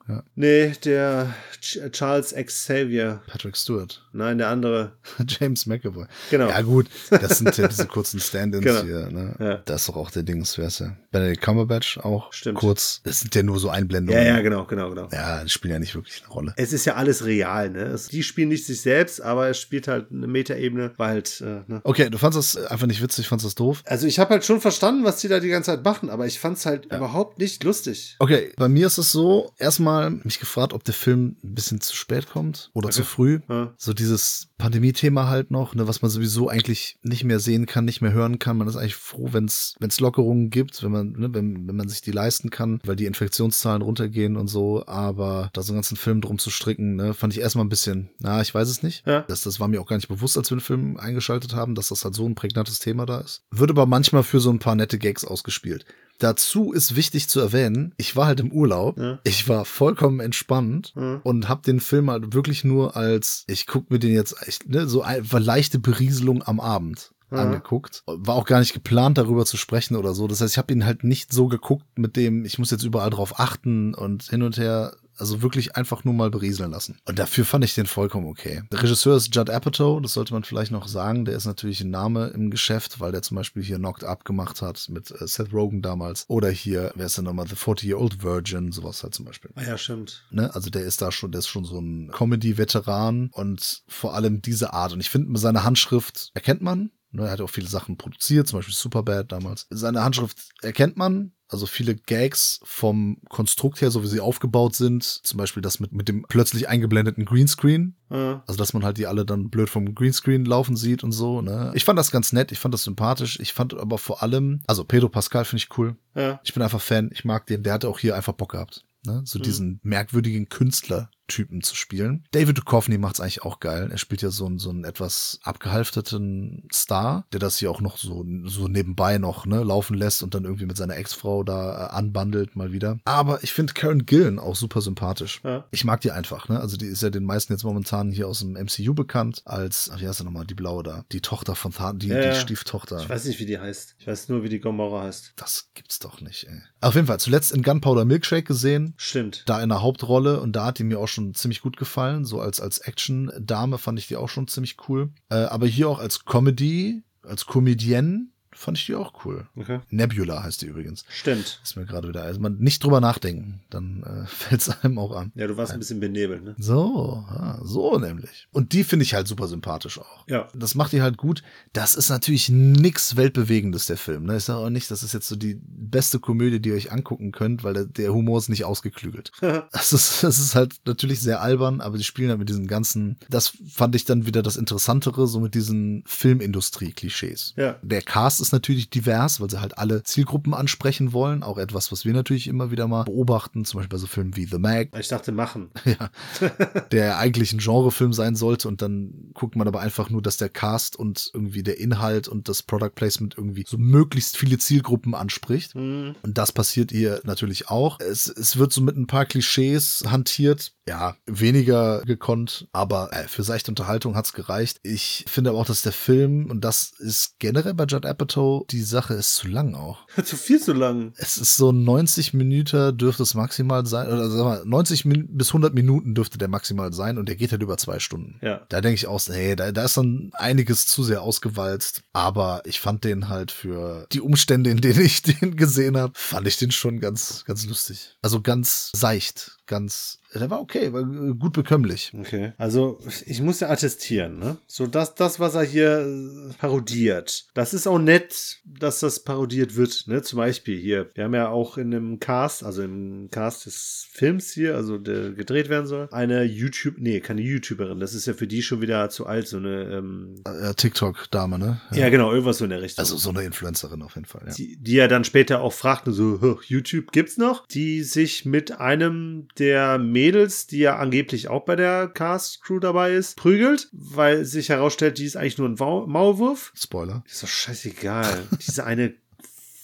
Ja. Nee, der Ch- Charles Xavier. Patrick Stewart. Nein, der andere. James McAvoy. Genau. Ja gut, das sind ja diese kurzen Stand-ins Genau. hier. Ne? Ja. Das ist doch auch der Dings, wer ist der? Benedict Cumberbatch auch. Stimmt. Kurz. Das sind ja nur so Einblendungen. Ja, ja, genau, genau, genau. Ja, die spielen ja nicht wirklich eine Rolle. Es ist ja alles real, ne? Es, die spielen nicht sich selbst, aber es spielt halt eine Metaebene, weil halt, äh, ne? Okay, du fandest das einfach nicht witzig, fandest das doof? Also ich habe halt schon verstanden, was die da die ganze Zeit machen, aber ich fand's halt Ja. überhaupt nicht lustig. Okay, bei mir ist es so, erstmal mich gefragt, ob der Film ein bisschen zu spät kommt oder Okay. zu früh. Ja. So dieses Pandemie-Thema halt noch, ne, was man sowieso eigentlich nicht mehr sehen kann, nicht mehr hören kann. Man ist eigentlich froh, wenn es Lockerungen gibt, wenn man, ne, wenn, wenn man sich die leisten kann, weil die Infektionszahlen runtergehen und so. Aber da so einen ganzen Film drum zu stricken, ne, fand ich erstmal ein bisschen, na, ich weiß es nicht. Ja. Das, das war mir auch gar nicht bewusst, als wir den Film eingeschaltet haben, dass das halt so ein prägnantes Thema da ist. Wird aber manchmal für so ein paar nette Gags ausgespielt. Dazu ist wichtig zu erwähnen, ich war halt im Urlaub, Ja. ich war vollkommen entspannt Ja. und habe den Film halt wirklich nur als, ich guck mir den jetzt echt, ne, so einfach leichte Berieselung am Abend Ja. angeguckt. War auch gar nicht geplant, darüber zu sprechen oder so. Das heißt, ich habe ihn halt nicht so geguckt mit dem, ich muss jetzt überall drauf achten und hin und her. Also wirklich einfach nur mal berieseln lassen. Und dafür fand ich den vollkommen okay. Der Regisseur ist Judd Apatow, das sollte man vielleicht noch sagen. Der ist natürlich ein Name im Geschäft, weil der zum Beispiel hier Knocked Up gemacht hat mit äh, Seth Rogen damals. Oder hier, wer ist denn nochmal, The forty-Year-Old Virgin, sowas halt zum Beispiel. Ah ja, stimmt. Ne? Also der ist da schon, der ist schon so ein Comedy-Veteran und vor allem diese Art. Und ich finde, seine Handschrift erkennt man. Ne? Er hat auch viele Sachen produziert, zum Beispiel Superbad damals. Seine Handschrift erkennt man. Also viele Gags vom Konstrukt her, so wie sie aufgebaut sind. Zum Beispiel das mit, mit dem plötzlich eingeblendeten Greenscreen. Ja. Also, dass man halt die alle dann blöd vom Greenscreen laufen sieht und so, ne. Ich fand das ganz nett, ich fand das sympathisch. Ich fand aber vor allem, also Pedro Pascal finde ich cool. Ja. Ich bin einfach Fan, ich mag den. Der hatte auch hier einfach Bock gehabt, ne. So Mhm. diesen merkwürdigen Künstlertypen zu spielen. David Duchovny macht's eigentlich auch geil. Er spielt ja so einen, so einen etwas abgehalfterten Star, der das hier auch noch so, so nebenbei noch, ne, laufen lässt und dann irgendwie mit seiner Ex-Frau da äh, anbandelt mal wieder. Aber ich finde Karen Gillan auch super sympathisch. Ja. Ich mag die einfach, ne? Also die ist ja den meisten jetzt momentan hier aus dem M C U bekannt als, ach, wie heißt sie nochmal, die Blaue da, die Tochter von Thanos, die, Ja, die ja. Stieftochter. Ich weiß nicht, wie die heißt. Ich weiß nur, wie die Gomorra heißt. Das gibt's doch nicht, ey. Auf jeden Fall, zuletzt in Gunpowder Milkshake gesehen. Stimmt. Da in der Hauptrolle und da hat die mir auch schon ziemlich gut gefallen. So als, als Action-Dame fand ich die auch schon ziemlich cool. Äh, aber hier auch als Comedy, als Comedienne fand ich die auch cool. Okay. Nebula heißt die übrigens. Stimmt. Ist mir gerade wieder, also man nicht drüber nachdenken, dann äh, fällt es einem auch an. Ja, du warst ein bisschen benebelt, ne? So, ah, so nämlich. Und die finde ich halt super sympathisch auch. Ja. Das macht die halt gut. Das ist natürlich nix Weltbewegendes, der Film. Ne? Ich sage auch nicht, das ist jetzt so die beste Komödie, die ihr euch angucken könnt, weil der, der Humor ist nicht ausgeklügelt. Das ist, das ist halt natürlich sehr albern, aber die spielen halt mit diesen ganzen, das fand ich dann wieder das Interessantere, so mit diesen Filmindustrie-Klischees. Ja. Der Cast ist natürlich divers, weil sie halt alle Zielgruppen ansprechen wollen. Auch etwas, was wir natürlich immer wieder mal beobachten, zum Beispiel bei so Filmen wie The Meg, Ich dachte, machen. ja, der ja eigentlich ein Genrefilm sein sollte und dann guckt man aber einfach nur, dass der Cast und irgendwie der Inhalt und das Product Placement irgendwie so möglichst viele Zielgruppen anspricht. Mhm. Und das passiert hier natürlich auch. Es, es wird so mit ein paar Klischees hantiert. Ja, weniger gekonnt, aber äh, für seichte Unterhaltung hat's gereicht. Ich finde aber auch, dass der Film, und das ist generell bei Judd Apatow, die Sache ist zu lang auch. Zu viel zu lang. Es ist so neunzig Minuten dürfte es maximal sein, oder sag mal, neunzig Min- bis hundert Minuten dürfte der maximal sein und der geht halt über zwei Stunden. Ja. Da denke ich auch, hey, da, da ist dann einiges zu sehr ausgewalzt, aber ich fand den halt für die Umstände, in denen ich den gesehen habe, fand ich den schon ganz, ganz lustig. Also ganz seicht, ganz, der war okay, war gut bekömmlich. Okay. Also, ich muss ja attestieren, ne? So, das, das, was er hier äh, parodiert. Das ist auch nett, dass das parodiert wird, ne? Zum Beispiel hier. Wir haben ja auch in einem Cast, also im Cast des Films hier, also der gedreht werden soll, eine YouTube, nee, keine YouTuberin. Das ist ja für die schon wieder zu alt, so eine, ähm, Äh, TikTok-Dame, ne? ja, genau, irgendwas so in der Richtung. Also so eine Influencerin auf jeden Fall, ja. Die, die ja dann später auch fragten, so, "Huh, YouTube gibt's noch?" Die sich mit einem der Mädels, die ja angeblich auch bei der Cast-Crew dabei ist, prügelt, weil sich herausstellt, die ist eigentlich nur ein Wau- Maulwurf. Spoiler. Ist doch scheißegal. Diese eine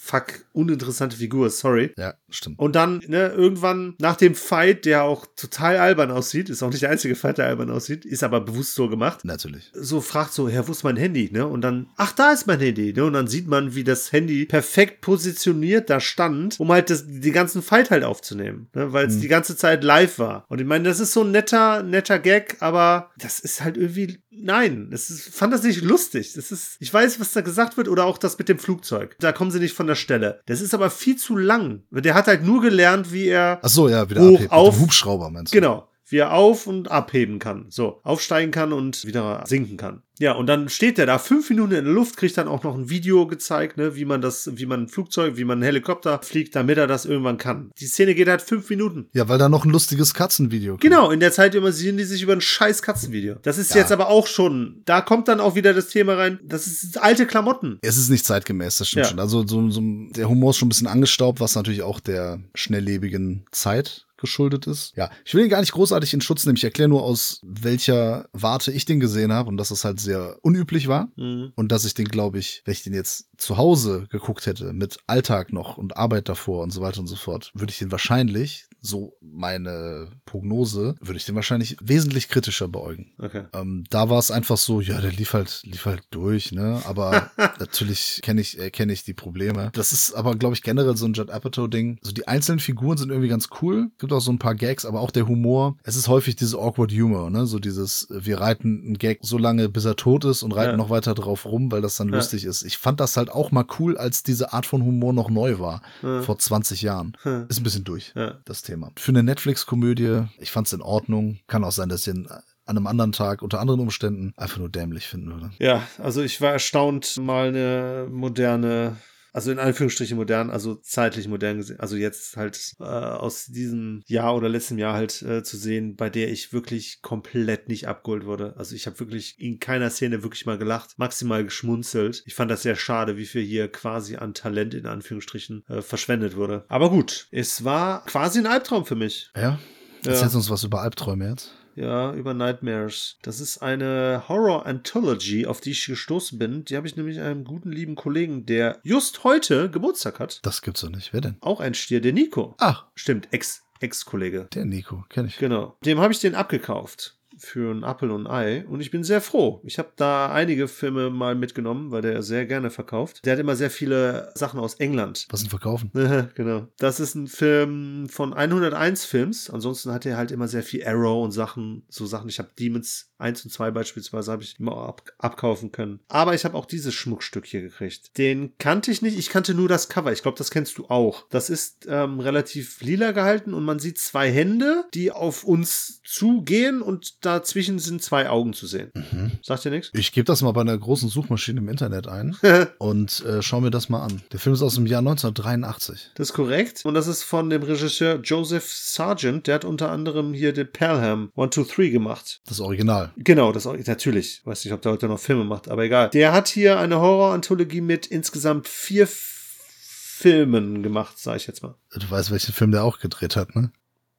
fuck, uninteressante Figur, sorry. Ja, stimmt. Und dann, ne, irgendwann nach dem Fight, der auch total albern aussieht, ist auch nicht der einzige Fight, der albern aussieht, ist aber bewusst so gemacht. Natürlich. So fragt so, Herr, wo ist mein Handy, ne? Und dann, ach, da ist mein Handy, ne? Und dann sieht man, wie das Handy perfekt positioniert da stand, um halt das, die ganzen Fight halt aufzunehmen, ne? Weil es mhm. die ganze Zeit live war. Und ich meine, das ist so ein netter, netter Gag, aber das ist halt irgendwie, nein, das ist, fand das nicht lustig. Das ist, ich weiß, was da gesagt wird, oder auch das mit dem Flugzeug. Da kommen sie nicht von der Stelle. Das ist aber viel zu lang. Der hat halt nur gelernt, wie er Ach so, ja, wieder hoch abheben. auf, Hubschrauber, meinst du? Genau. Wie er auf- und abheben kann. So, aufsteigen kann und wieder sinken kann. Ja, und dann steht der da fünf Minuten in der Luft, kriegt dann auch noch ein Video gezeigt, ne, wie man das, wie man ein Flugzeug, wie man einen Helikopter fliegt, damit er das irgendwann kann. Die Szene geht halt fünf Minuten. Ja, weil da noch ein lustiges Katzenvideo kommt. Genau, in der Zeit immersieren die sich über ein scheiß Katzenvideo. Das ist ja. jetzt aber auch schon, da kommt dann auch wieder das Thema rein, das ist alte Klamotten. Es ist nicht zeitgemäß, das stimmt ja. schon. Also so, so, der Humor ist schon ein bisschen angestaubt, was natürlich auch der schnelllebigen Zeit geschuldet ist. Ja, ich will ihn gar nicht großartig in Schutz nehmen. Ich erkläre nur, aus welcher Warte ich den gesehen habe und dass es halt sehr unüblich war. Mhm. Und dass ich den, glaube ich, wenn ich den jetzt zu Hause geguckt hätte, mit Alltag noch und Arbeit davor und so weiter und so fort, würde ich den wahrscheinlich, so meine Prognose, würde ich den wahrscheinlich wesentlich kritischer beäugen. Okay. Ähm, da war es einfach so, ja, der lief halt, lief halt durch, ne? Aber natürlich kenne ich, erkenne ich die Probleme. Das ist aber, glaube ich, generell so ein Judd Apatow-Ding. Also die einzelnen Figuren sind irgendwie ganz cool. Gibt auch so ein paar Gags, aber auch der Humor. Es ist häufig dieses awkward Humor, ne? So dieses, wir reiten einen Gag so lange, bis er tot ist und reiten ja. noch weiter drauf rum, weil das dann ja. lustig ist. Ich fand das halt auch mal cool, als diese Art von Humor noch neu war. Ja. Vor zwanzig Jahren. Ja. Ist ein bisschen durch, ja. das Thema. Für eine Netflix-Komödie, ich fand's in Ordnung. Kann auch sein, dass ich den an einem anderen Tag, unter anderen Umständen, einfach nur dämlich finden würde. Ja, also ich war erstaunt, mal eine moderne, also in Anführungsstrichen modern, also zeitlich modern gesehen, also jetzt halt äh, aus diesem Jahr oder letztem Jahr halt äh, zu sehen, bei der ich wirklich komplett nicht abgeholt wurde. Also ich habe wirklich in keiner Szene wirklich mal gelacht, maximal geschmunzelt. Ich fand das sehr schade, wie viel hier quasi an Talent in Anführungsstrichen äh, verschwendet wurde. Aber gut, es war quasi ein Albtraum für mich. Ja? Erzählst ja. uns was über Albträume jetzt? Ja, über Nightmares. Das ist eine Horror-Anthology, auf die ich gestoßen bin. Die habe ich nämlich einem guten, lieben Kollegen, der just heute Geburtstag hat. Das gibt's doch nicht. Wer denn? Auch ein Stier, der Nico. Ach. Stimmt, Ex, Ex-Kollege. Der Nico, kenne ich. Genau. Dem habe ich den abgekauft. Für ein Apfel und ein Ei. Und ich bin sehr froh. Ich habe da einige Filme mal mitgenommen, weil der sehr gerne verkauft. Der hat immer sehr viele Sachen aus England. Was denn verkaufen? Genau. Das ist ein Film von hunderteins Films. Ansonsten hat er halt immer sehr viel Arrow und Sachen, so Sachen. Ich habe Demons eins und zwei beispielsweise, habe ich immer ab- abkaufen können. Aber ich habe auch dieses Schmuckstück hier gekriegt. Den kannte ich nicht. Ich kannte nur das Cover. Ich glaube, das kennst du auch. Das ist ähm, relativ lila gehalten und man sieht zwei Hände, die auf uns zugehen und dazwischen sind zwei Augen zu sehen. Mhm. Sagt dir nichts? Ich gebe das mal bei einer großen Suchmaschine im Internet ein und äh, schau mir das mal an. Der Film ist aus dem Jahr neunzehnhundertdreiundachtzig. Das ist korrekt. Und das ist von dem Regisseur Joseph Sargent. Der hat unter anderem hier The Pelham eins, zwei, drei gemacht. Das Original. Genau, das natürlich. Ich weiß nicht, ob der heute noch Filme macht, aber egal. Der hat hier eine Horror-Anthologie mit insgesamt vier F- Filmen gemacht, sag ich jetzt mal. Du weißt, welchen Film der auch gedreht hat, ne?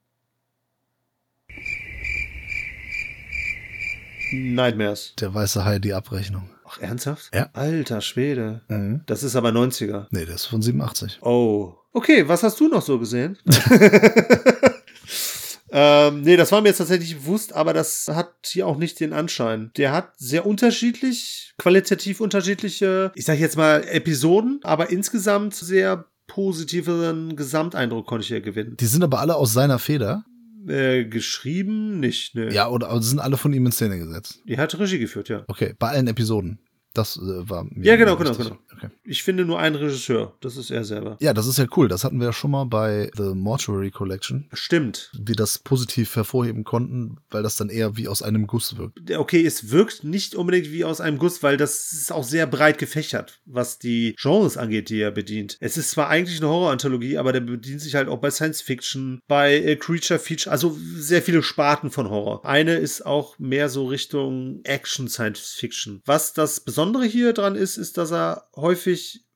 Nightmares. Der weiße Hai, die Abrechnung. Ach, ernsthaft? Ja. Alter Schwede. Mhm. Das ist aber neunziger. Nee, der ist von siebenundachtzig. Oh. Okay, was hast du noch so gesehen? ähm, nee, das war mir jetzt tatsächlich bewusst, aber das hat hier auch nicht den Anschein. Der hat sehr unterschiedlich, qualitativ unterschiedliche, ich sag jetzt mal Episoden, aber insgesamt sehr positiven Gesamteindruck konnte ich hier gewinnen. Die sind aber alle aus seiner Feder. Äh, geschrieben nicht, ne. Ja, oder aber sind alle von ihm in Szene gesetzt. Die hat Regie geführt, ja. Okay, bei allen Episoden. Das äh, war mir Ja, genau, genau, wichtig. genau. Okay. Ich finde nur einen Regisseur. Das ist er selber. Ja, das ist ja cool. Das hatten wir ja schon mal bei The Mortuary Collection. Stimmt. Wir das positiv hervorheben konnten, weil das dann eher wie aus einem Guss wirkt. Okay, es wirkt nicht unbedingt wie aus einem Guss, weil das ist auch sehr breit gefächert, was die Genres angeht, die er bedient. Es ist zwar eigentlich eine Horror-Anthologie, aber der bedient sich halt auch bei Science-Fiction, bei äh, Creature-Feature, also sehr viele Sparten von Horror. Eine ist auch mehr so Richtung Action-Science-Fiction. Was das Besondere hier dran ist, ist, dass er häufig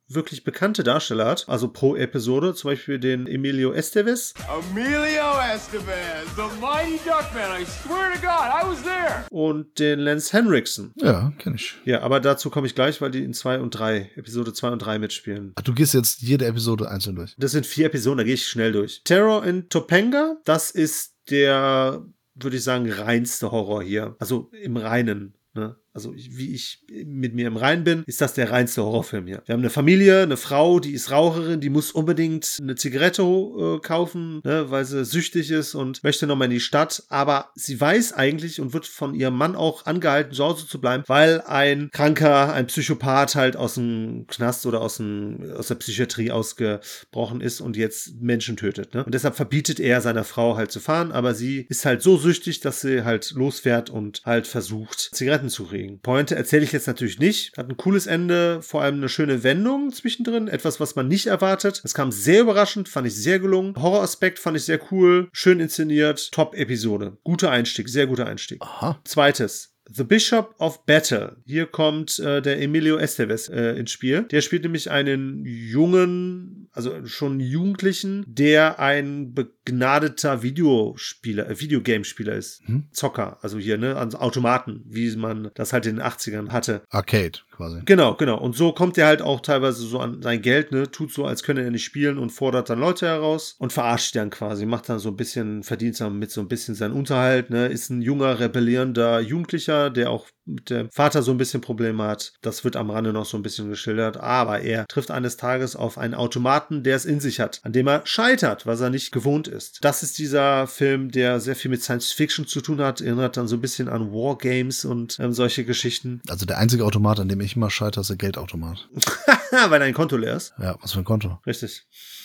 wirklich bekannte Darsteller hat, also pro Episode, zum Beispiel den Emilio Estevez. Emilio Estevez, the mighty Duckman, I swear to God, I was there. Und den Lance Henriksen. Ja, kenn ich. Ja, aber dazu komme ich gleich, weil die in zwei und drei, Episode zwei und drei mitspielen. Ach, du gehst jetzt jede Episode einzeln durch. Das sind vier Episoden, da gehe ich schnell durch. Terror in Topanga, das ist der, würde ich sagen, reinste Horror hier. Also im Reinen, ne? Also wie ich mit mir im Reinen bin, ist das der reinste Horrorfilm hier. Wir haben eine Familie, eine Frau, die ist Raucherin, die muss unbedingt eine Zigarette äh, kaufen, ne, weil sie süchtig ist und möchte nochmal in die Stadt. Aber sie weiß eigentlich und wird von ihrem Mann auch angehalten, zu Hause zu bleiben, weil ein Kranker, ein Psychopath halt aus dem Knast oder aus, dem, aus der Psychiatrie ausgebrochen ist und jetzt Menschen tötet. Ne? Und deshalb verbietet er seiner Frau halt zu fahren, aber sie ist halt so süchtig, dass sie halt losfährt und halt versucht, Zigaretten zu kriegen. Pointe erzähle ich jetzt natürlich nicht. Hat ein cooles Ende, vor allem eine schöne Wendung zwischendrin. Etwas, was man nicht erwartet. Es kam sehr überraschend, fand ich sehr gelungen. Horroraspekt fand ich sehr cool. Schön inszeniert. Top-Episode. Guter Einstieg, sehr guter Einstieg. Aha. Zweites. The Bishop of Battle. Hier kommt äh, der Emilio Estevez äh, ins Spiel. Der spielt nämlich einen jungen, also schon Jugendlichen, der ein begnadeter Videospieler, äh, Videogamespieler ist. Hm? Zocker, also hier, ne, an Automaten, wie man das halt in den achtzigern hatte. Arcade quasi. Genau, genau. Und so kommt er halt auch teilweise so an sein Geld, ne, tut so, als könne er nicht spielen und fordert dann Leute heraus und verarscht dann quasi, macht dann so ein bisschen, verdient dann mit so ein bisschen seinen Unterhalt, ne, ist ein junger, rebellierender Jugendlicher, der auch mit dem Vater so ein bisschen Probleme hat. Das wird am Rande noch so ein bisschen geschildert. Aber er trifft eines Tages auf einen Automaten, der es in sich hat, an dem er scheitert, was er nicht gewohnt ist. Das ist dieser Film, der sehr viel mit Science Fiction zu tun hat. Erinnert dann so ein bisschen an Wargames und ähm, solche Geschichten. Also der einzige Automat, an dem ich immer scheitere, ist der Geldautomat. Weil dein Konto leer ist. Ja, was für ein Konto. Richtig.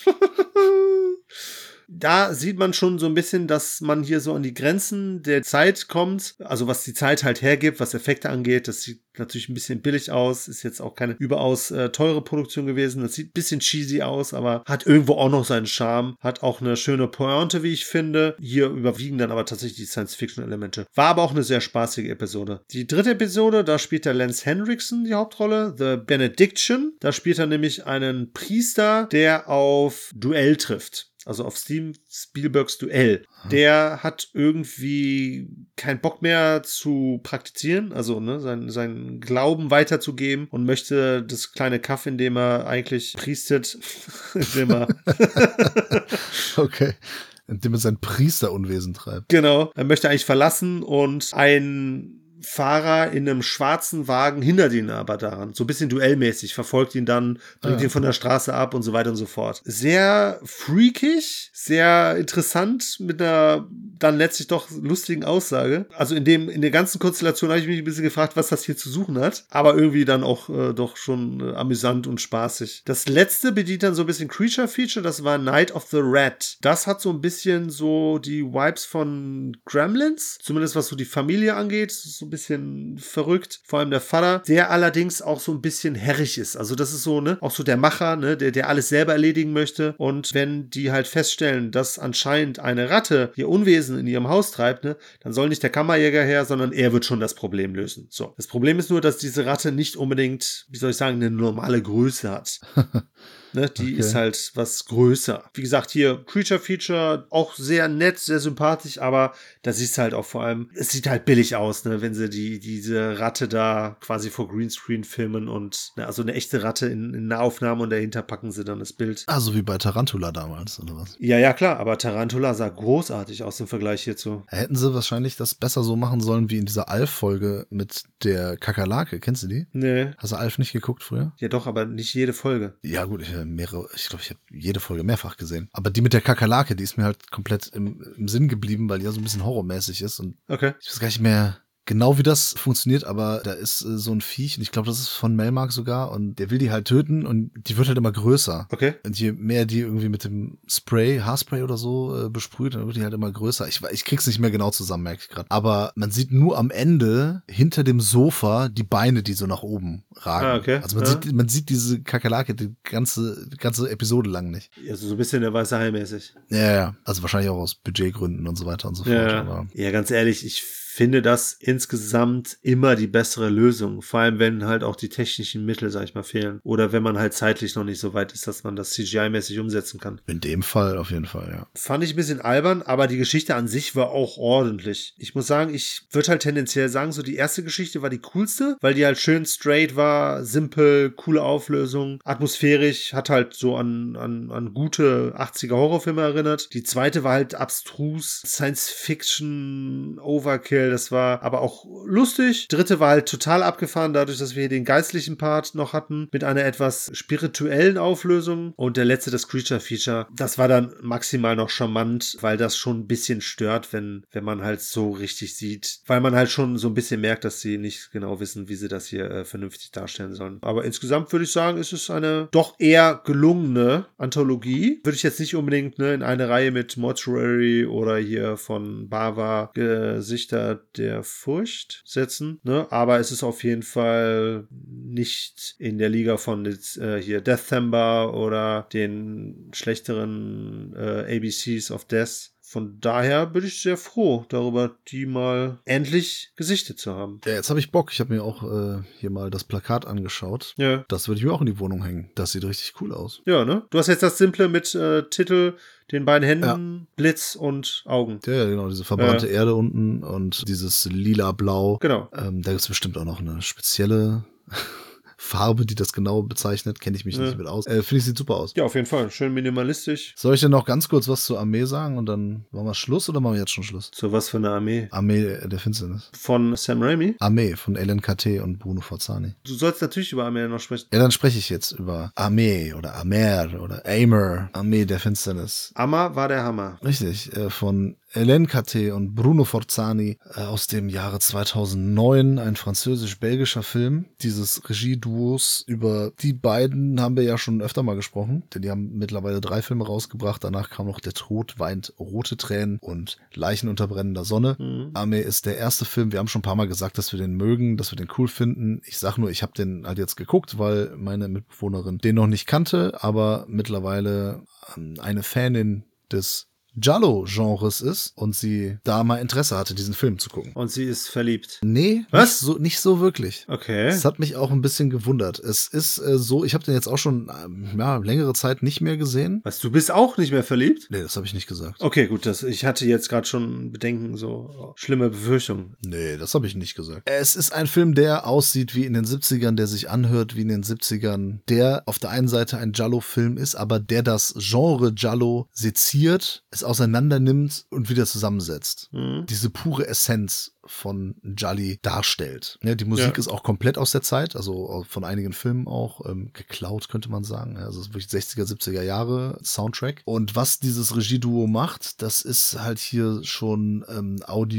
Da sieht man schon so ein bisschen, dass man hier so an die Grenzen der Zeit kommt. Also was die Zeit halt hergibt, was Effekte angeht. Das sieht natürlich ein bisschen billig aus. Ist jetzt auch keine überaus äh, teure Produktion gewesen. Das sieht ein bisschen cheesy aus, aber hat irgendwo auch noch seinen Charme. Hat auch eine schöne Pointe, wie ich finde. Hier überwiegen dann aber tatsächlich die Science-Fiction-Elemente. War aber auch eine sehr spaßige Episode. Die dritte Episode, da spielt der Lance Henriksen die Hauptrolle. The Benediction. Da spielt er nämlich einen Priester, der auf Duell trifft. Also auf Steven Spielbergs Duell. Der hat irgendwie keinen Bock mehr zu praktizieren, also ne, sein, seinen Glauben weiterzugeben und möchte das kleine Kaff, in dem er eigentlich priestet, indem er okay. Indem er sein Priesterunwesen treibt. Genau. Er möchte eigentlich verlassen und ein Fahrer in einem schwarzen Wagen hindert ihn aber daran. So ein bisschen duellmäßig, verfolgt ihn dann, bringt ja. ihn von der Straße ab und so weiter und so fort. Sehr freakig, sehr interessant mit einer dann letztlich doch lustigen Aussage. Also in dem, in der ganzen Konstellation habe ich mich ein bisschen gefragt, was das hier zu suchen hat. Aber irgendwie dann auch äh, doch schon äh, amüsant und spaßig. Das letzte bedient dann so ein bisschen Creature-Feature, das war Night of the Rat. Das hat so ein bisschen so die Vibes von Gremlins, zumindest was so die Familie angeht. So ein bisschen verrückt, vor allem der Vater, der allerdings auch so ein bisschen herrig ist. Also das ist so, ne, auch so der Macher, ne, der, der alles selber erledigen möchte. Und wenn die halt feststellen, dass anscheinend eine Ratte ihr Unwesen in ihrem Haus treibt, ne, dann soll nicht der Kammerjäger her, sondern er wird schon das Problem lösen. So. Das Problem ist nur, dass diese Ratte nicht unbedingt, wie soll ich sagen, eine normale Größe hat. Ne, die okay. ist halt was größer. Wie gesagt, hier Creature-Feature, auch sehr nett, sehr sympathisch, aber da siehst du halt auch vor allem, es sieht halt billig aus, ne, wenn sie die, diese Ratte da quasi vor Greenscreen filmen und ne, also eine echte Ratte in, in Nahaufnahme und dahinter packen sie dann das Bild. Also wie bei Tarantula damals, oder was? Ja, ja, klar, aber Tarantula sah großartig aus im Vergleich hierzu. Hätten sie wahrscheinlich das besser so machen sollen wie in dieser Alf-Folge mit der Kakerlake. Kennst du die? Nee. Hast du Alf nicht geguckt früher? Ja doch, aber nicht jede Folge. Ja gut, ich mehrere, ich glaube, ich habe jede Folge mehrfach gesehen. Aber die mit der Kakerlake, die ist mir halt komplett im, im Sinn geblieben, weil die ja so ein bisschen horrormäßig ist. Und okay. Ich weiß gar nicht mehr genau, wie das funktioniert, aber da ist äh, so ein Viech und ich glaube, das ist von Melmark sogar und der will die halt töten und die wird halt immer größer. Okay. Und je mehr die irgendwie mit dem Spray, Haarspray oder so äh, besprüht, dann wird die halt immer größer. Ich, ich krieg's nicht mehr genau zusammen, merke ich gerade. Aber man sieht nur am Ende hinter dem Sofa die Beine, die so nach oben ragen. Ah, okay. Also man, ja. sieht, man sieht diese Kakerlake die ganze, die ganze Episode lang nicht. Also so ein bisschen der weiße Hai mäßig. Ja, ja. Also wahrscheinlich auch aus Budgetgründen und so weiter und so ja. fort. Aber ja, ganz ehrlich, ich finde das insgesamt immer die bessere Lösung. Vor allem, wenn halt auch die technischen Mittel, sag ich mal, fehlen. Oder wenn man halt zeitlich noch nicht so weit ist, dass man das C G I-mäßig umsetzen kann. In dem Fall auf jeden Fall, ja. Fand ich ein bisschen albern, aber die Geschichte an sich war auch ordentlich. Ich muss sagen, ich würde halt tendenziell sagen, so die erste Geschichte war die coolste, weil die halt schön straight war, simpel, coole Auflösung, atmosphärisch, hat halt so an, an, an gute achtziger Horrorfilme erinnert. Die zweite war halt abstrus, Science-Fiction, Overkill, das war aber auch lustig. Dritte war halt total abgefahren, dadurch, dass wir hier den geistlichen Part noch hatten, mit einer etwas spirituellen Auflösung. Und der letzte, das Creature-Feature, das war dann maximal noch charmant, weil das schon ein bisschen stört, wenn, wenn man halt so richtig sieht, weil man halt schon so ein bisschen merkt, dass sie nicht genau wissen, wie sie das hier äh, vernünftig darstellen sollen. Aber insgesamt würde ich sagen, ist es eine doch eher gelungene Anthologie. Würde ich jetzt nicht unbedingt ne, in eine Reihe mit Mortuary oder hier von Bava Gesichter der Furcht setzen, ne? Aber es ist auf jeden Fall nicht in der Liga von äh, hier Deathtember oder den schlechteren äh, A B Cs of Death. Von daher bin ich sehr froh darüber, die mal endlich gesichtet zu haben. Ja, jetzt habe ich Bock. Ich habe mir auch äh, hier mal das Plakat angeschaut. Ja. Das würde ich mir auch in die Wohnung hängen. Das sieht richtig cool aus. Ja, ne? Du hast jetzt das Simple mit äh, Titel, den beiden Händen, ja. Blitz und Augen. Ja, ja, genau. Diese verbrannte äh. Erde unten und dieses lila-blau. Genau. Ähm, da gibt es bestimmt auch noch eine spezielle Farbe, die das genau bezeichnet, kenne ich mich ja. nicht mit aus. Äh, Finde ich, sieht super aus. Ja, auf jeden Fall. Schön minimalistisch. Soll ich denn noch ganz kurz was zur Armee sagen und dann machen wir Schluss oder machen wir jetzt schon Schluss? Zu was für eine Armee? Armee der Finsternis. Von Sam Raimi? Armee von L N K T und Bruno Forzani. Du sollst natürlich über Armee noch sprechen. Ja, dann spreche ich jetzt über Armee oder Amer oder Aimer. Armee der Finsternis. Amma war der Hammer. Richtig, äh, von L N K T und Bruno Forzani äh, aus dem Jahre zweitausendneun, ein französisch-belgischer Film dieses Regieduos. Über die beiden haben wir ja schon öfter mal gesprochen, denn die haben mittlerweile drei Filme rausgebracht. Danach kam noch Der Tod weint rote Tränen und Leichen unter brennender Sonne. Mhm. Armee ist der erste Film, wir haben schon ein paar Mal gesagt, dass wir den mögen, dass wir den cool finden. Ich sag nur, ich habe den halt jetzt geguckt, weil meine Mitbewohnerin den noch nicht kannte, aber mittlerweile ähm, eine Fanin des Giallo-Genres ist und sie da mal Interesse hatte, diesen Film zu gucken. Und sie ist verliebt. Nee, was? Nicht so, nicht so wirklich. Okay. Das hat mich auch ein bisschen gewundert. Es ist äh, so, ich habe den jetzt auch schon ähm, ja, längere Zeit nicht mehr gesehen. Was, du bist auch nicht mehr verliebt? Nee, das habe ich nicht gesagt. Okay, gut, das, ich hatte jetzt gerade schon Bedenken, so oh, schlimme Befürchtungen. Nee, das habe ich nicht gesagt. Es ist ein Film, der aussieht wie in den siebzigern, der sich anhört wie in den siebzigern, der auf der einen Seite ein Giallo-Film ist, aber der das Genre Giallo seziert, es auseinander nimmt und wieder zusammensetzt. Mhm. Diese pure Essenz von Gialli darstellt. Ja, die Musik ja. ist auch komplett aus der Zeit, also von einigen Filmen auch ähm, geklaut, könnte man sagen. Also es ist wirklich sechziger, siebziger Jahre Soundtrack. Und was dieses Regieduo macht, das ist halt hier schon ähm,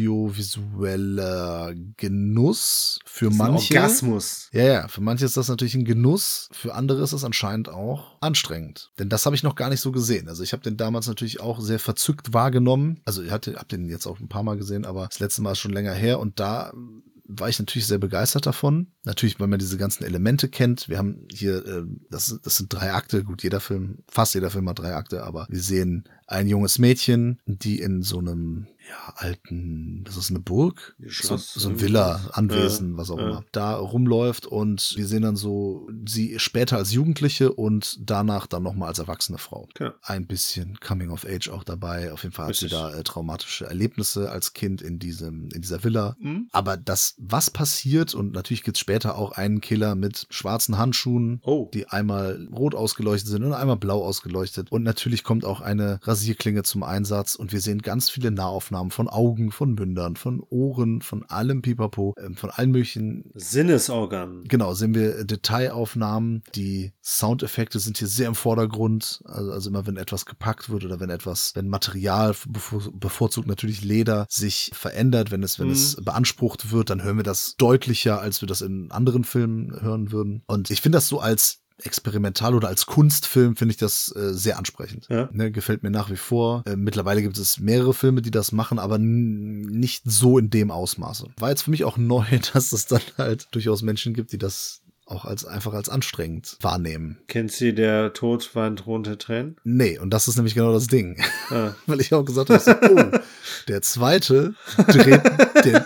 audiovisueller Genuss für das manche. Ein Orgasmus. Ja, ja, für manche ist das natürlich ein Genuss, für andere ist es anscheinend auch anstrengend. Denn das habe ich noch gar nicht so gesehen. Also ich habe den damals natürlich auch sehr verzückt wahrgenommen. Also ich hatte, hab den jetzt auch ein paar Mal gesehen, aber das letzte Mal ist schon länger her und da war ich natürlich sehr begeistert davon. Natürlich, weil man diese ganzen Elemente kennt. Wir haben hier, äh, das, das sind drei Akte. Gut, jeder Film, fast jeder Film hat drei Akte, aber wir sehen ein junges Mädchen, die in so einem ja, alten, das ist eine Burg, so, so ein Villa, Anwesen, ja, was auch ja. immer, da rumläuft und wir sehen dann so sie später als Jugendliche und danach dann nochmal als erwachsene Frau. Ja. Ein bisschen Coming of Age auch dabei. Auf jeden Fall Richtig. hat sie da äh, traumatische Erlebnisse als Kind in diesem, in dieser Villa. Mhm. Aber das, was passiert, und natürlich gibt's später auch einen Killer mit schwarzen Handschuhen, oh. die einmal rot ausgeleuchtet sind und einmal blau ausgeleuchtet. Und natürlich kommt auch eine Rasierklinge zum Einsatz und wir sehen ganz viele Nahaufnahmen von Augen, von Mündern, von Ohren, von allem Pipapo, von allen möglichen Sinnesorganen. Genau, sehen wir Detailaufnahmen. Die Soundeffekte sind hier sehr im Vordergrund. Also, also immer, wenn etwas gepackt wird oder wenn etwas, wenn Material, bevor, bevorzugt natürlich Leder, sich verändert, wenn es, wenn mhm. es beansprucht wird, dann hören wir das deutlicher, als wir das in anderen Filmen hören würden. Und ich finde das so als experimental oder als Kunstfilm finde ich das äh, sehr ansprechend. Ja. Ne, gefällt mir nach wie vor. Äh, mittlerweile gibt es mehrere Filme, die das machen, aber n- nicht so in dem Ausmaße. War jetzt für mich auch neu, dass es dann halt durchaus Menschen gibt, die das auch als einfach als anstrengend wahrnehmen. Kennt sie Der Tod weint rote Tränen? Nee, und das ist nämlich genau das Ding. Ah. Weil ich auch gesagt habe, so, oh, der zweite dreht den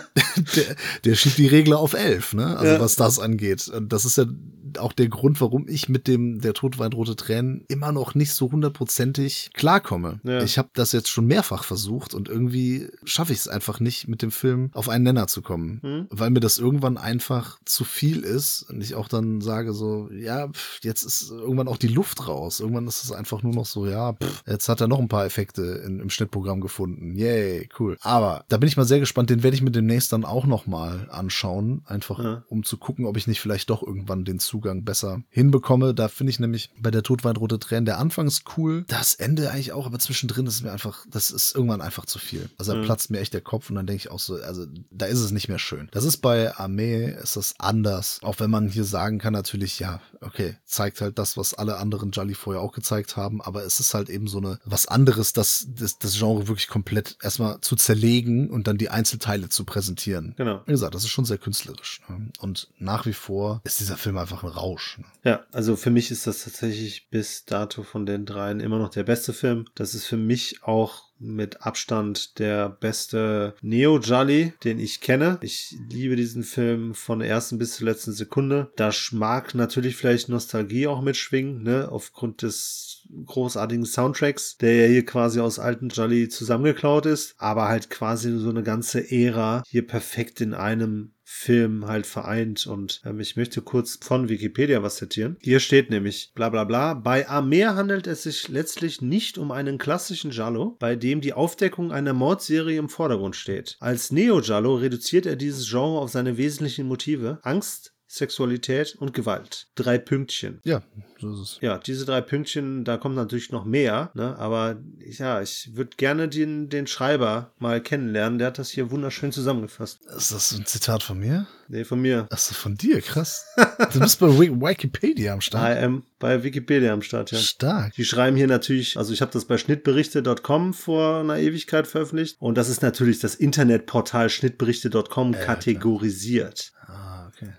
der, der schiebt die Regler auf elf, ne? Also ja. was das angeht. Und das ist ja auch der Grund, warum ich mit dem der Tod weint rote Tränen immer noch nicht so hundertprozentig klarkomme. Ja. Ich habe das jetzt schon mehrfach versucht und irgendwie schaffe ich es einfach nicht, mit dem Film auf einen Nenner zu kommen, hm. weil mir das irgendwann einfach zu viel ist und ich auch dann sage so, ja, pff, jetzt ist irgendwann auch die Luft raus. Irgendwann ist es einfach nur noch so, ja, pff, jetzt hat er noch ein paar Effekte in, im Schnittprogramm gefunden. Yay, cool. Aber da bin ich mal sehr gespannt, den werde ich mir demnächst dann auch noch mal anschauen, einfach ja. um zu gucken, ob ich nicht vielleicht doch irgendwann den Zugang besser hinbekomme. Da finde ich nämlich bei der Tod weint rote Tränen der Anfang ist cool, das Ende eigentlich auch, aber zwischendrin ist es mir einfach, das ist irgendwann einfach zu viel. Also da mhm. platzt mir echt der Kopf und dann denke ich auch so, also da ist es nicht mehr schön. Das ist bei Armee, ist das anders. Auch wenn man hier sagen kann natürlich, ja, okay, zeigt halt das, was alle anderen Jolly vorher auch gezeigt haben, aber es ist halt eben so eine, was anderes, das, das, das Genre wirklich komplett erstmal zu zerlegen und dann die Einzelteile zu präsentieren. Genau. Wie gesagt, das ist schon sehr künstlerisch. Ne? Und nach wie vor ist dieser Film einfach ein Rausch. Ne? Ja, also für mich ist das tatsächlich bis dato von den dreien immer noch der beste Film. Das ist für mich auch mit Abstand der beste Neo-Jolly, den ich kenne. Ich liebe diesen Film von der ersten bis zur letzten Sekunde. Da mag natürlich vielleicht Nostalgie auch mitschwingen, ne, aufgrund des großartigen Soundtracks, der ja hier quasi aus alten Jolly zusammengeklaut ist, aber halt quasi so eine ganze Ära hier perfekt in einem Film halt vereint und ähm, ich möchte kurz von Wikipedia was zitieren. Hier steht nämlich bla bla bla, bei Armee handelt es sich letztlich nicht um einen klassischen Giallo, bei dem die Aufdeckung einer Mordserie im Vordergrund steht. Als Neo-Giallo reduziert er dieses Genre auf seine wesentlichen Motive: Angst, Sexualität und Gewalt. Drei Pünktchen. Ja, so ist es. Ja, diese drei Pünktchen, da kommt natürlich noch mehr, ne? Aber ja, ich würde gerne den, den Schreiber mal kennenlernen. Der hat das hier wunderschön zusammengefasst. Ist das ein Zitat von mir? Nee, von mir. Achso, von dir, krass. Du bist bei Wikipedia am Start. I am bei Wikipedia am Start, ja. Stark. Die schreiben hier natürlich, also ich habe das bei schnittberichte Punkt com vor einer Ewigkeit veröffentlicht und das ist natürlich das Internetportal schnittberichte Punkt com äh, kategorisiert. Ah, okay.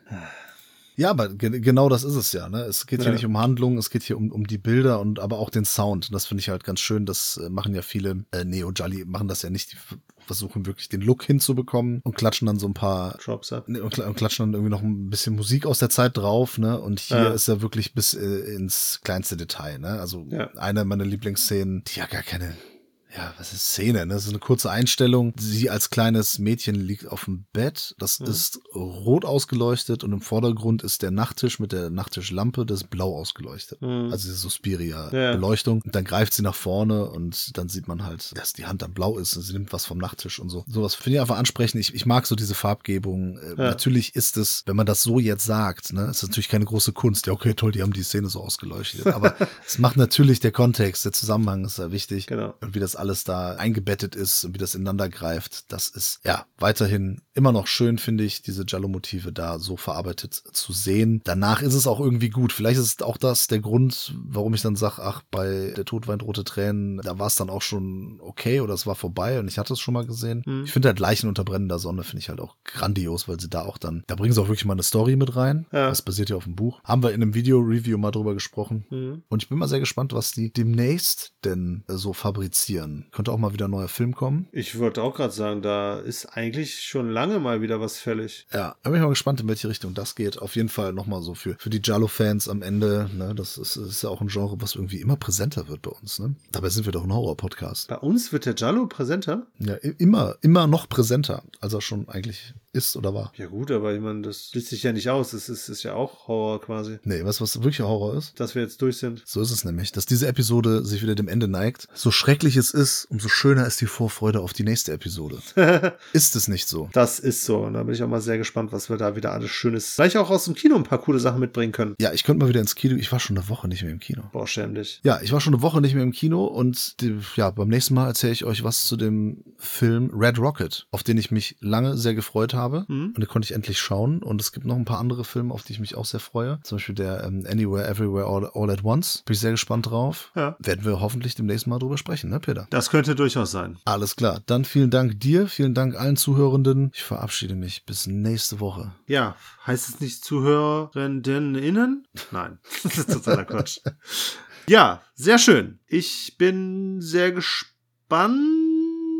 Ja, aber ge- genau das ist es ja, ne? Es geht ja. hier nicht um Handlung, es geht hier um, um die Bilder und aber auch den Sound. Und das finde ich halt ganz schön. Das äh, machen ja viele äh, Neo-Jolly, machen das ja nicht. Die f- versuchen wirklich den Look hinzubekommen und klatschen dann so ein paar Drops ab. Ne, und, kl- und klatschen dann irgendwie noch ein bisschen Musik aus der Zeit drauf, ne? Und hier ja. ist ja wirklich bis äh, ins kleinste Detail, ne? Also ja. eine meiner Lieblingsszenen, die ja gar keine Ja, was ist Szene? Ne? Das ist eine kurze Einstellung. Sie als kleines Mädchen liegt auf dem Bett. Das mhm. ist rot ausgeleuchtet und im Vordergrund ist der Nachttisch mit der Nachttischlampe, das ist blau ausgeleuchtet. Mhm. Also diese Suspiria-Beleuchtung. Ja. Und dann greift sie nach vorne und dann sieht man halt, dass die Hand dann blau ist und sie nimmt was vom Nachttisch und so. Sowas finde ich einfach ansprechend. Ich, ich mag so diese Farbgebung. Ja. Natürlich ist es, wenn man das so jetzt sagt, ne, ist natürlich keine große Kunst. Ja, okay, toll, die haben die Szene so ausgeleuchtet. Aber es macht natürlich der Kontext, der Zusammenhang ist ja wichtig. Genau. Und wie das alles da eingebettet ist und wie das ineinander greift, das ist ja weiterhin immer noch schön, finde ich, diese Giallo-Motive da so verarbeitet zu sehen. Danach ist es auch irgendwie gut. Vielleicht ist auch das der Grund, warum ich dann sage, ach, bei Der Tod weint rote Tränen, da war es dann auch schon okay oder es war vorbei und ich hatte es schon mal gesehen. Mhm. Ich finde halt Leichen unter brennender Sonne finde ich halt auch grandios, weil sie da auch dann, da bringen sie auch wirklich mal eine Story mit rein. Ja. Das basiert ja auf dem Buch. Haben wir in einem Video-Review mal drüber gesprochen. Mhm. Und ich bin mal sehr gespannt, was die demnächst denn so fabrizieren. Könnte auch mal wieder ein neuer Film kommen. Ich wollte auch gerade sagen, da ist eigentlich schon lange mal wieder was fällig. Ja, da bin ich mal gespannt, in welche Richtung das geht. Auf jeden Fall nochmal so für, für die Giallo-Fans am Ende. Ne, das ist, ist ja auch ein Genre, was irgendwie immer präsenter wird bei uns. Ne? Dabei sind wir doch ein Horror-Podcast. Bei uns wird der Giallo präsenter? Ja, immer, immer noch präsenter, als er schon eigentlich ist oder war. Ja gut, aber ich meine, das schließt sich ja nicht aus. Es ist, ist ja auch Horror quasi. Nee, weißt du, was wirklich Horror ist? Dass wir jetzt durch sind. So ist es nämlich, dass diese Episode sich wieder dem Ende neigt. So schrecklich es ist, umso schöner ist die Vorfreude auf die nächste Episode. Ist es nicht so? Das ist so. Und da bin ich auch mal sehr gespannt, was wir da wieder alles Schönes, vielleicht auch aus dem Kino ein paar coole Sachen mitbringen können. Ja, ich könnte mal wieder ins Kino. Ich war schon eine Woche nicht mehr im Kino. Boah, schäm dich. Ja, ich war schon eine Woche nicht mehr im Kino und die, ja, beim nächsten Mal erzähle ich euch was zu dem Film Red Rocket, auf den ich mich lange sehr gefreut habe. Mhm. Und den konnte ich endlich schauen. Und es gibt noch ein paar andere Filme, auf die ich mich auch sehr freue. Zum Beispiel der ähm, Anywhere, Everywhere, All, All at Once. Bin ich sehr gespannt drauf. Ja. Werden wir hoffentlich demnächst mal drüber sprechen, ne, Peter? Das könnte durchaus sein. Alles klar. Dann vielen Dank dir, vielen Dank allen Zuhörenden. Ich verabschiede mich. Bis nächste Woche. Ja, heißt es nicht ZuhörerInnen? Nein, das ist totaler Quatsch. Ja, sehr schön. Ich bin sehr gespannt,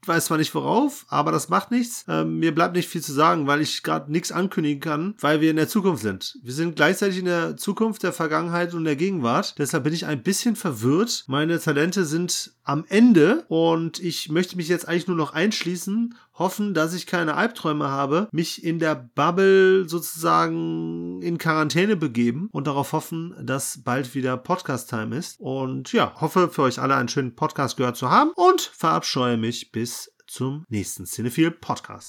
weiß zwar nicht worauf, aber das macht nichts. Ähm, mir bleibt nicht viel zu sagen, weil ich gerade nichts ankündigen kann, weil wir in der Zukunft sind. Wir sind gleichzeitig in der Zukunft, der Vergangenheit und der Gegenwart. Deshalb bin ich ein bisschen verwirrt. Meine Talente sind am Ende und ich möchte mich jetzt eigentlich nur noch einschließen, hoffen, dass ich keine Albträume habe, mich in der Bubble sozusagen in Quarantäne begeben und darauf hoffen, dass bald wieder Podcast-Time ist. Und ja, hoffe für euch alle einen schönen Podcast gehört zu haben und verabscheue mich bis zum nächsten Cinephile Podcast.